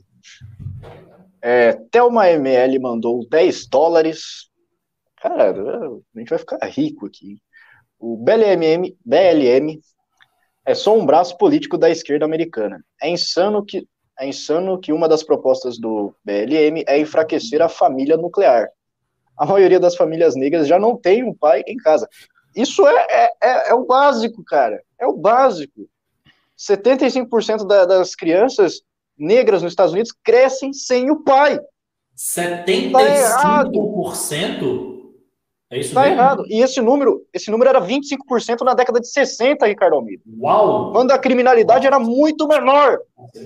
É, Thelma M L mandou dez dólares. Cara, a gente vai ficar rico aqui. O B L M, B L M é só um braço político da esquerda americana. É insano que, é insano que uma das propostas do B L M é enfraquecer a família nuclear. A maioria das famílias negras já não tem um pai em casa. Isso é, é, é, é o básico, cara. É o básico. setenta e cinco por cento da, das crianças negras nos Estados Unidos crescem sem o pai. setenta e cinco por cento? Tá é isso tá mesmo? Errado. E esse número, esse número era vinte e cinco por cento na década de sessenta, Ricardo Almeida. Uau! Quando a criminalidade Uau. Era muito menor.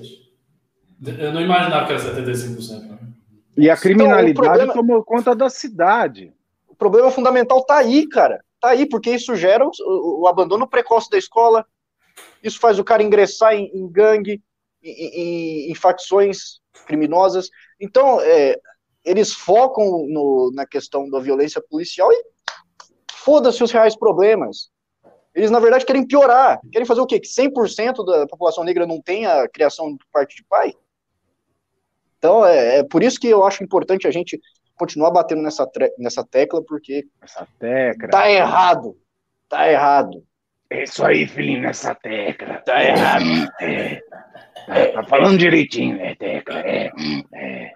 Eu não imaginava que era setenta e cinco por cento. Né? E a criminalidade então, problema, tomou conta da cidade. O problema fundamental tá aí, cara. Tá aí, porque isso gera o, o, o abandono precoce da escola, isso faz o cara ingressar em, em gangue, em, em, em facções criminosas. Então, é, eles focam no, na questão da violência policial e foda-se os reais problemas. Eles, na verdade, querem piorar. Querem fazer o quê? Que cem por cento da população negra não tenha criação por parte de pai? Então, é, é por isso que eu acho importante a gente continuar batendo nessa, nessa tecla, porque essa tecla tá errado. Tá errado. É isso aí, filhinho, nessa tecla. Tá errado. É. É. Tá falando direitinho, né, tecla? É. É.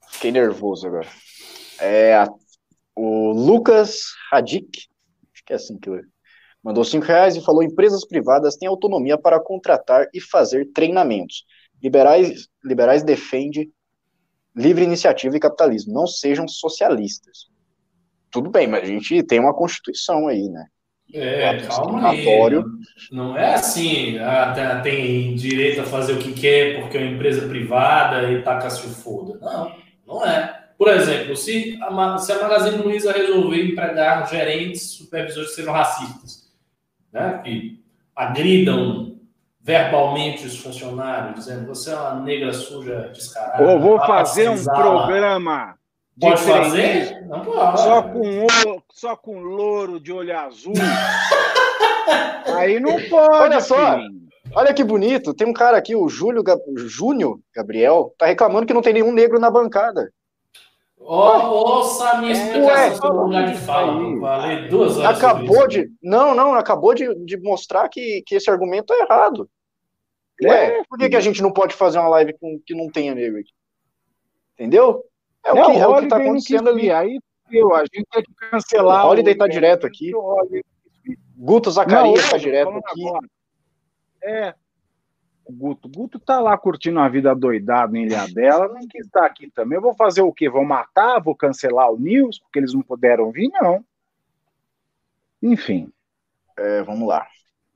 Fiquei nervoso agora. É, a, o Lucas Radic, acho que é assim que eu... mandou cinco reais e falou: empresas privadas têm autonomia para contratar e fazer treinamentos. Liberais, liberais defendem livre iniciativa e capitalismo. Não sejam socialistas. Tudo bem, mas a gente tem uma Constituição aí, né? É, calma aí. Não, não é assim, ah, tem direito a fazer o que quer porque é uma empresa privada e taca se foda. Não, não é. Por exemplo, se a, se a Magazine Luiza resolver empregar gerentes, supervisores que sejam racistas, né, que agridam verbalmente os funcionários, dizendo você é uma negra suja descarada. Ou vou fazer um programa de pode fazer? Não pode. Só com, só com louro de olho azul. Aí não pode. Olha só, filho. Olha que bonito. Tem um cara aqui, o Júlio, Júnior Gabriel, tá reclamando que não tem nenhum negro na bancada. Ouça a minha explicação sobre o lugar de fala. Falei duas horas. Acabou de. Não, não, acabou de, de mostrar que, que esse argumento é errado. Ué, por que, que a gente não pode fazer uma live com que não tenha negro aqui? Entendeu? É o que, é o que tá acontecendo ali. Aí eu, a gente tem que cancelar. O Holiday tá direto aqui. Guto Zacarias tá direto aqui. Agora. É. O Guto. Guto tá lá curtindo a vida doidado em Ilhabela, não quis estar aqui também. Eu vou fazer o quê? Vou matar? Vou cancelar o News porque eles não puderam vir? Não. Enfim. É, vamos lá.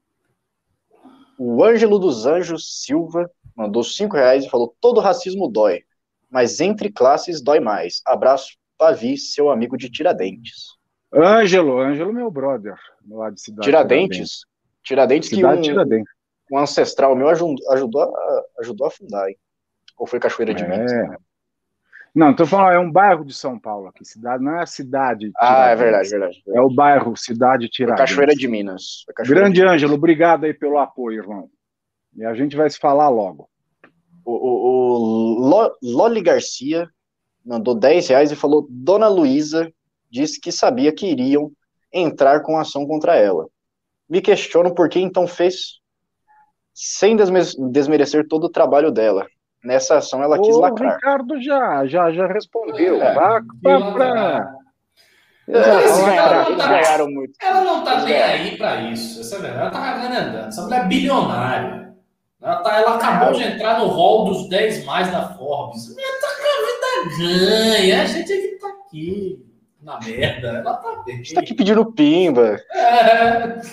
O Ângelo dos Anjos Silva mandou cinco reais e falou: todo racismo dói, mas entre classes dói mais. Abraço, Pavi, seu amigo de Tiradentes. Ângelo, Ângelo, meu brother, lá de Cidade Tiradentes? Tiradentes, Cidade que um, Tiradentes. um ancestral meu ajudou, ajudou, a, ajudou a fundar, hein? Ou foi Cachoeira de é. Minas? Né? Não, tô falando, é um bairro de São Paulo aqui, cidade, não é a cidade. Ah, é verdade, verdade, verdade. É o bairro, cidade Tiradentes. Cachoeira de Minas. Cachoeira Grande de Minas. Ângelo, obrigado aí pelo apoio, irmão. E a gente vai se falar logo. O, o, o Loli Garcia mandou dez reais e falou: Dona Luísa disse que sabia que iriam entrar com ação contra ela. Me questiono por que então fez, sem desmerecer todo o trabalho dela. Nessa ação ela quis o lacrar. O Ricardo já, já, já respondeu. É, pra, pra, pra... Eles ganharam, tá, ganharam muito. Ela não tá nem aí pra isso. Essa é verdade. Ela tá cagando andando. Essa mulher é bilionária. Ela, tá, ela acabou de entrar no hall dos dez mais da Forbes. Ela tá com a vida ganha. A gente é que tá aqui na merda. Ela tá bem. A gente tá aqui pedindo pimba. É.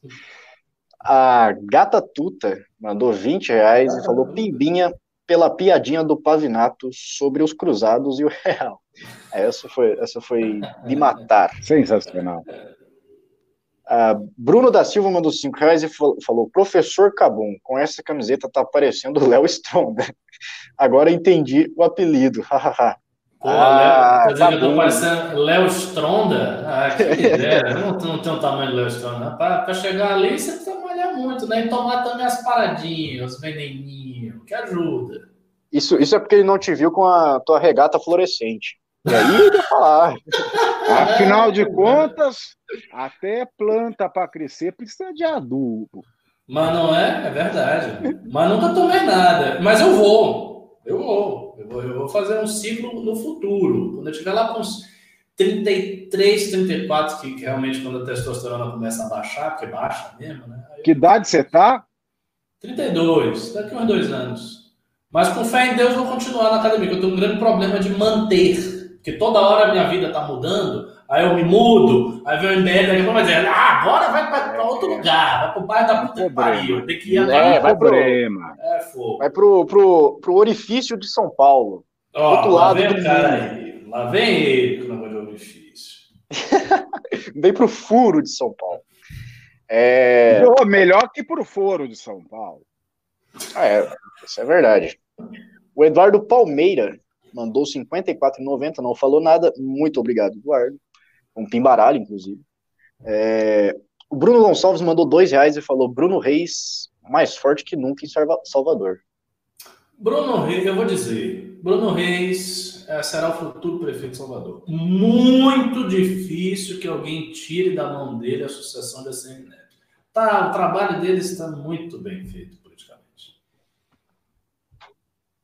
A Gata Tuta mandou vinte reais e falou: pimbinha pela piadinha do Pavinato sobre os cruzados e o real. Essa foi, essa foi de matar. Sensacional. A Bruno da Silva mandou cinco reais e falou: professor Cabum, com essa camiseta tá parecendo o Léo Stronda. Agora entendi o apelido. Pô, ah, Léo, tá que eu tô parecendo Léo Stronda? Ah, que ideia. Eu não, não tenho o tamanho do Léo Stronda. Para chegar ali, você precisa malhar muito, né? E tomar também as paradinhas, os veneninhos, que ajuda. Isso, isso é porque ele não te viu com a tua regata fluorescente. E aí ele ia falar. Afinal de contas, até planta para crescer precisa de adubo. Mas não é? É verdade. Mas nunca tomei nada. Mas eu vou. Eu vou. Eu vou, eu vou fazer um ciclo no futuro. Quando eu estiver lá com uns trinta e três, trinta e quatro, que, que realmente quando a testosterona começa a baixar, porque baixa mesmo, né? Aí que idade você tá? trinta e dois, daqui a uns dois anos. Mas com fé em Deus eu vou continuar na academia, porque eu tenho um grande problema de manter. Porque toda hora a minha vida tá mudando, aí eu me mudo, aí vem o M B L, daqui a pouco vai dizer, ah, agora vai para outro lugar, vai pro bairro da puta que pariu, tem que ir atrás. É, vai pro, é, fogo. Vai pro, pro, pro orifício de São Paulo. Ó, outro lá lado vem do cara mundo. aí, lá vem ele com o negócio de orifício. Vem pro furo de São Paulo. É... Oh, melhor que pro foro de São Paulo. Ah, é, isso é verdade. O Eduardo Palmeira mandou cinquenta e quatro reais e noventa centavos, não falou nada. Muito obrigado, Eduardo. Um pimbaralho, inclusive. É... O Bruno Gonçalves mandou dois reais e falou: Bruno Reis, mais forte que nunca em Salvador. Bruno Reis, eu vou dizer, Bruno Reis é, será o futuro prefeito de Salvador. Muito difícil que alguém tire da mão dele a sucessão de A C M Neto. Tá, o trabalho dele está muito bem feito politicamente.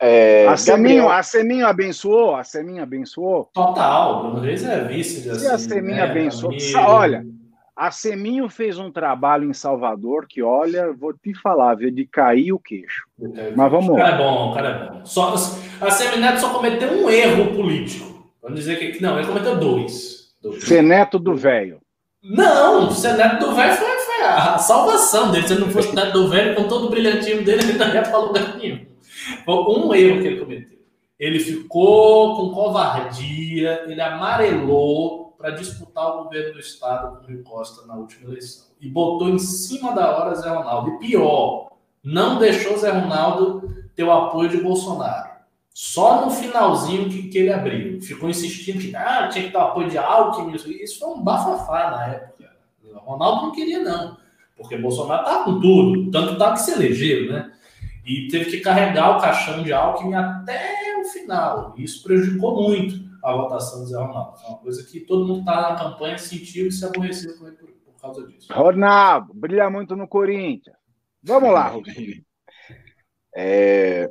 É, a, Seminho, Gabriel... a Seminho abençoou? A Seminho abençoou? Total, Bruno Reis é vice de Se a assim, Seminho né, abençoou... família. Olha, a Seminho fez um trabalho em Salvador que, olha, vou te falar, viu, de cair o queixo. Mas vamos lá. O cara lá. é bom, o cara é bom. Só, a Semineto só cometeu um erro político. Vamos dizer que... Não, ele cometeu dois. dois. Ser neto do velho. Não, ser neto do velho foi, foi a salvação dele. Se ele não fosse neto do velho, com todo o brilhantismo dele, ele não ia para lugar nenhum. Foi um erro que ele cometeu. Ele ficou com covardia, ele amarelou para disputar o governo do estado com o Rui Costa na última eleição. E botou em cima da hora Zé Ronaldo. E pior, não deixou Zé Ronaldo ter o apoio de Bolsonaro. Só no finalzinho que, que ele abriu. Ficou insistindo que ah, tinha que ter o apoio de Alckmin. Isso foi um bafafá na época. O Ronaldo não queria, não. Porque Bolsonaro estava com tudo. Tanto tá que se elegeu, né? E teve que carregar o caixão de Alckmin até o final. E isso prejudicou muito a votação do Zé Ronaldo. Foi uma coisa que todo mundo que estava na campanha sentiu e se aborreceu com ele por, por causa disso. Ronaldo, brilha muito no Corinthians. Vamos lá, Rodrigo. É...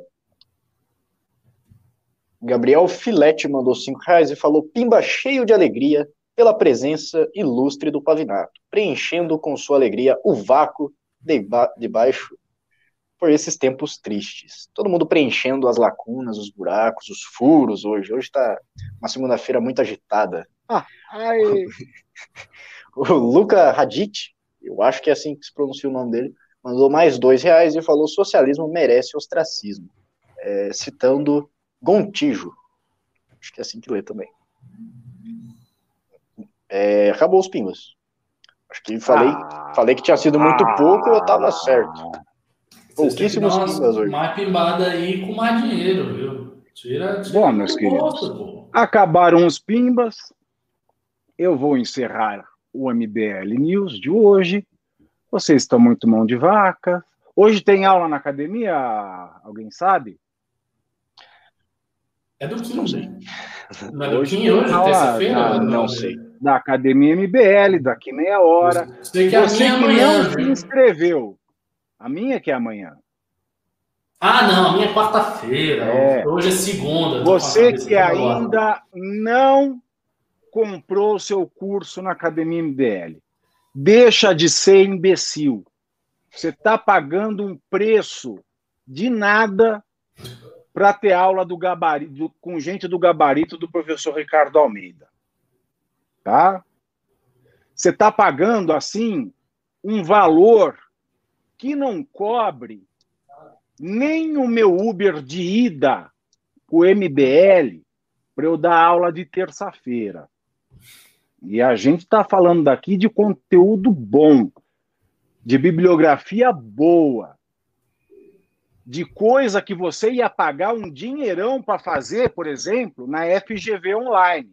Gabriel Filete mandou cinco reais e falou: pimba cheio de alegria pela presença ilustre do Pavinato, preenchendo com sua alegria o vácuo deba- debaixo por esses tempos tristes. Todo mundo preenchendo as lacunas, os buracos, os furos hoje. Hoje está uma segunda-feira muito agitada. Ah, ai. O Luca Radit, eu acho que é assim que se pronuncia o nome dele, mandou mais dois reais e falou: socialismo merece ostracismo. É, citando Gontijo. Acho que é assim que lê também. É, acabou os pimbas. Acho que falei, ah, falei que tinha sido muito ah, pouco, eu tava certo. Pouquíssimos pimbas hoje. Mais pimbada aí com mais dinheiro, viu? Tira, tira Bom, meus queridos, pô. Acabaram os pimbas. Eu vou encerrar o M B L News de hoje. Vocês estão muito mão de vaca. Hoje tem aula na academia? Alguém sabe? É do Kim, não sei. Não é do Kim hoje, terça-feira? Não, não sei. Da Academia M B L, daqui meia hora. Sei que Você a minha que amanhã, não se inscreveu. A minha que é amanhã. Ah, não, a minha é quarta-feira. É. Hoje é segunda. Você que ainda não comprou o seu curso na Academia M B L, deixa de ser imbecil. Você está pagando um preço de nada para ter aula do gabarito, do, com gente do gabarito do professor Ricardo Almeida. Tá? Você está pagando, assim, um valor que não cobre nem o meu Uber de ida, o M B L, para eu dar aula de terça-feira. E a gente está falando daqui de conteúdo bom, de bibliografia boa, de coisa que você ia pagar um dinheirão para fazer, por exemplo, na F G V Online.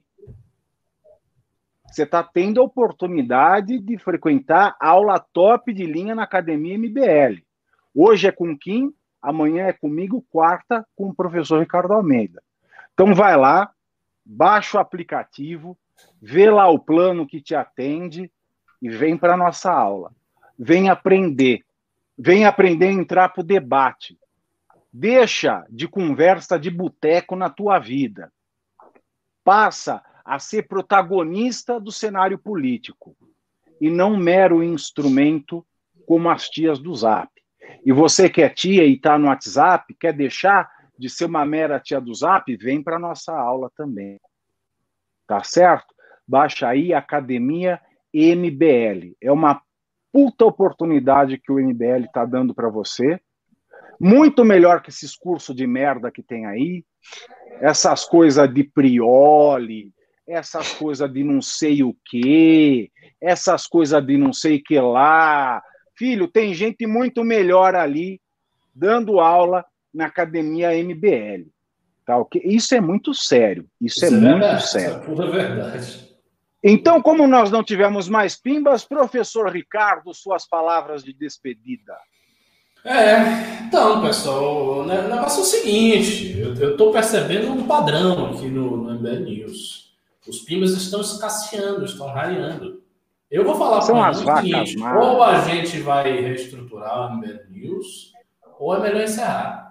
Você está tendo a oportunidade de frequentar aula top de linha na Academia M B L. Hoje é com Kim, amanhã é comigo, quarta com o professor Ricardo Almeida. Então vai lá, baixa o aplicativo, vê lá o plano que te atende e vem para a nossa aula. Vem aprender. Vem aprender a entrar para o debate. Deixa de conversa de boteco na tua vida. Passa a ser protagonista do cenário político e não mero instrumento como as tias do Zap. E você que é tia e está no WhatsApp, quer deixar de ser uma mera tia do Zap, vem para a nossa aula também. Tá certo? Baixa aí a Academia M B L. É uma puta oportunidade que o M B L está dando para você. Muito melhor que esses cursos de merda que tem aí. Essas coisas de Prioli, essas coisas de não sei o quê, essas coisas de não sei o que lá. Filho, tem gente muito melhor ali dando aula na Academia M B L. Tá, okay? Isso é muito sério. Isso, isso é, é muito verdade, sério. Isso é pura verdade. Então, como nós não tivemos mais pimbas, professor Ricardo, suas palavras de despedida. É, então, pessoal, o negócio é o seguinte, eu estou percebendo um padrão aqui no, no M B L News. Os pimbas estão escasseando, estão rareando. Eu vou falar para o seguinte, mas... ou a gente vai reestruturar o M B L News, ou é melhor encerrar.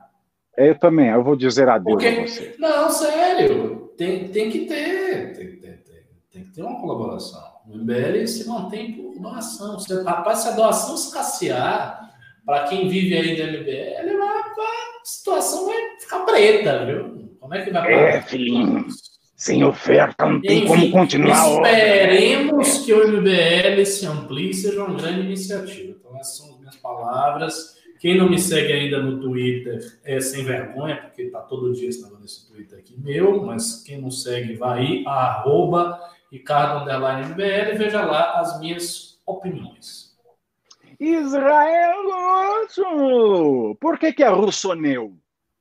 Eu também, eu vou dizer adeus Porque, a você. não, sério, tem, tem que ter, tem, tem, tem, tem que ter uma colaboração. O M B L se mantém por doação. Se, rapaz, se a doação escassear, para quem vive aí do M B L, vai, vai, a situação vai ficar preta, viu? Como é que vai pagar? É, filhinho, sem oferta não tem Enfim, como continuar a obra. esperemos que o M B L se amplie e seja uma grande iniciativa. Então, essas são as minhas palavras. Quem não me segue ainda no Twitter é sem vergonha, porque tá todo dia esse negócio desse Twitter aqui meu, mas quem não segue, vai aí, arroba Ricardo Underline M B L, e veja lá as minhas opiniões. Israel Russo! Por que que é Russoneu?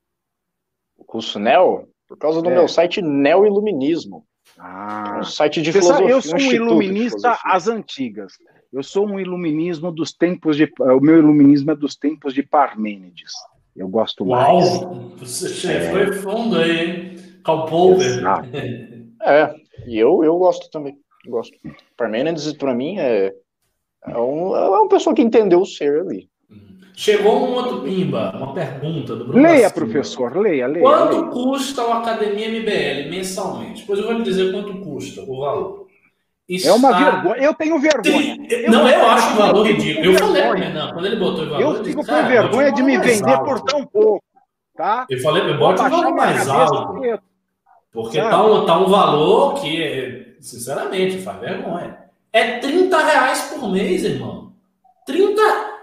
Russonel? Por causa do É. meu site Neo-Iluminismo. Ah, É um site de você sabe, filosofia. eu sou um instituto de iluminista filosofia. às antigas. Eu sou um iluminismo dos tempos de... O meu iluminismo é dos tempos de Parmênides. Eu gosto mais. Uau! Você foi fundo aí, hein? Karl Popper. Exato. É, e eu, eu gosto também. Gosto. Parmênides, pra mim, é, é, um, é uma pessoa que entendeu o ser ali. Chegou um outro pimba, uma pergunta do Bruno Leia, Silva. professor, leia, leia. Quanto leia. custa o Academia M B L mensalmente? Depois eu vou lhe dizer quanto custa o valor. É uma Está... vergonha. Eu tenho vergonha. Eu não, eu acho o valor eu ridículo. eu Eu falei vergonha. pra não, quando ele botou o valor, Eu eu fico disse, com vergonha de me vender alto. por tão pouco, tá? Eu falei, eu Vou bote um baixar valor minha mais cabeça alto. porque- Porque Sabe? tá um, tá um valor que, sinceramente, faz vergonha. É trinta reais por mês, irmão. trinta...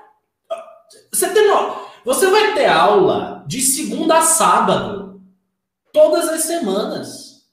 Você tem no... Você vai ter aula de segunda a sábado, todas as semanas,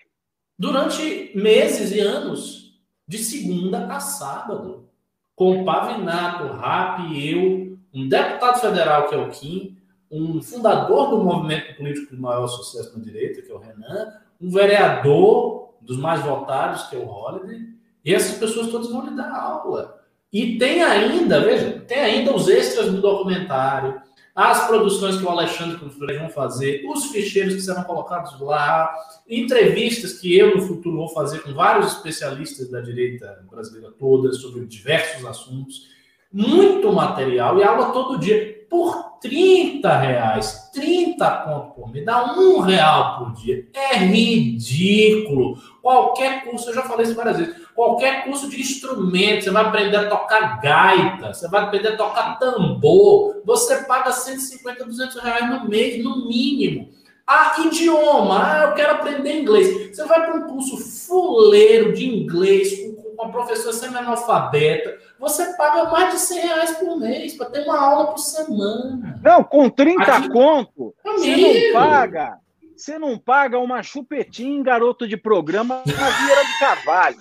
durante meses e anos, de segunda a sábado, com o Pavinato, Rap e eu, um deputado federal, que é o Kim, um fundador do movimento político de maior sucesso na direita, que é o Renan, um vereador dos mais votados, que é o Holliday, e essas pessoas todas vão lhe dar aula. E tem ainda, veja, tem ainda os extras do documentário, as produções que o Alexandre e o Freire vão fazer, os ficheiros que serão colocados lá, entrevistas que eu no futuro vou fazer com vários especialistas da direita brasileira toda sobre diversos assuntos. Muito material e aula todo dia por trinta reais, trinta conto por mês, dá um real por dia. É ridículo. Qualquer curso, eu já falei isso várias vezes, qualquer curso de instrumento, você vai aprender a tocar gaita, você vai aprender a tocar tambor, você paga cento e cinquenta, duzentos reais no mês, no mínimo. Ah, idioma, ah, eu quero aprender inglês. Você vai para um curso fuleiro de inglês, com, com uma professora semi-analfabeta, você paga mais de cem reais por mês para ter uma aula por semana. Não, com trinta Aqui- conto, você Amigo. não paga. Você não paga uma chupetinha em garoto de programa na Vieira de Carvalho.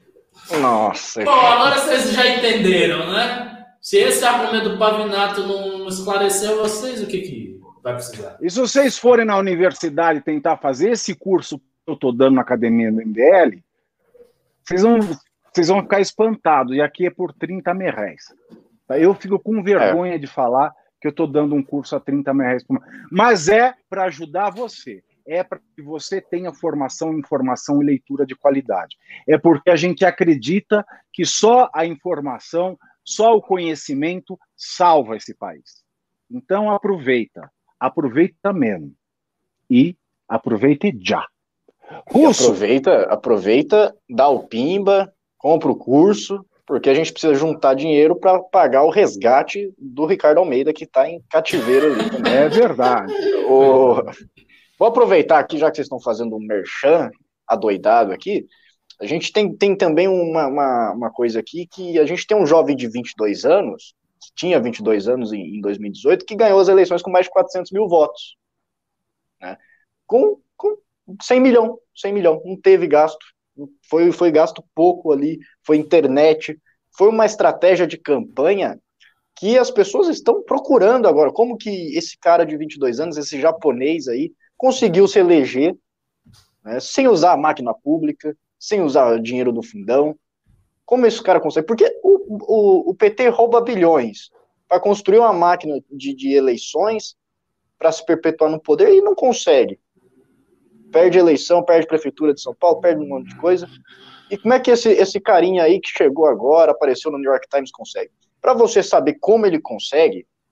Nossa. Bom, agora vocês já entenderam, né? Se esse argumento do Pavinato não esclareceu vocês, o que, que vai precisar? E se vocês forem na universidade tentar fazer esse curso que eu estou dando na academia do M B L, vocês vão, vocês vão ficar espantados. E aqui é por trinta merréis. Eu fico com vergonha de falar que eu estou dando um curso a trinta merréis por mês. Mas é para ajudar você. É para que você tenha formação, informação e leitura de qualidade. É porque a gente acredita que só a informação, só o conhecimento salva esse país. Então aproveita. Aproveita mesmo. E aproveite já. Russo, Aproveita, aproveita, dá o pimba, compra o curso, porque a gente precisa juntar dinheiro para pagar o resgate do Ricardo Almeida, que está em cativeiro ali também. é verdade. O... Vou aproveitar aqui, já que vocês estão fazendo um merchan adoidado aqui, a gente tem, tem também uma, uma, uma coisa aqui, que a gente tem um jovem de vinte e dois anos, que tinha vinte e dois anos em, em dois mil e dezoito, que ganhou as eleições com mais de quatrocentos mil votos. Né? Com, com cem milhão, cem milhão, não teve gasto, foi, foi gasto pouco ali, foi internet, foi uma estratégia de campanha que as pessoas estão procurando agora, como que esse cara de vinte e dois anos, esse japonês aí, conseguiu se eleger, né, sem usar a máquina pública, sem usar o dinheiro do fundão. Como esse cara consegue? Porque o, o, o P T rouba bilhões para construir uma máquina de, de eleições para se perpetuar no poder e não consegue. Perde eleição, perde prefeitura de São Paulo, perde um monte de coisa. E como é que esse, esse carinha aí que chegou agora, apareceu no New York Times, consegue? Para você saber como ele consegue,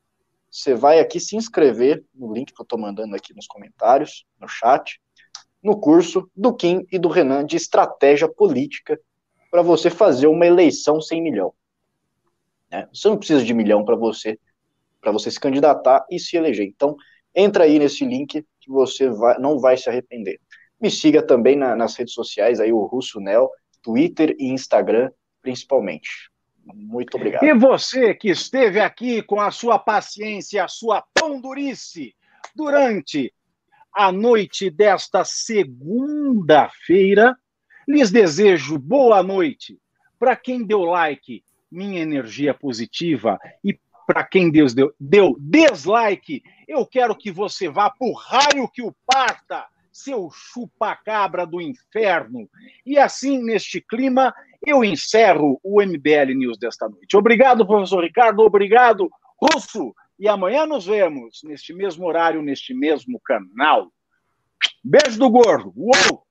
você vai aqui se inscrever no link que eu estou mandando aqui nos comentários, no chat, no curso do Kim e do Renan de estratégia política para você fazer uma eleição sem milhão. Né? Você não precisa de milhão para você, para você se candidatar e se eleger. Então, entra aí nesse link que você vai, não vai se arrepender. Me siga também na, nas redes sociais, aí o Russo Nel, Twitter e Instagram, principalmente. Muito obrigado. E você que esteve aqui com a sua paciência, a sua pão-durice, durante a noite desta segunda-feira, lhes desejo boa noite. Para quem deu like, minha energia positiva, e para quem Deus deu, deu dislike, eu quero que você vá pro raio que o parta, seu chupa-cabra do inferno. E assim, neste clima, eu encerro o M B L News desta noite. Obrigado, professor Ricardo, obrigado, Russo, e amanhã nos vemos, neste mesmo horário, neste mesmo canal. Beijo do gordo. Uou!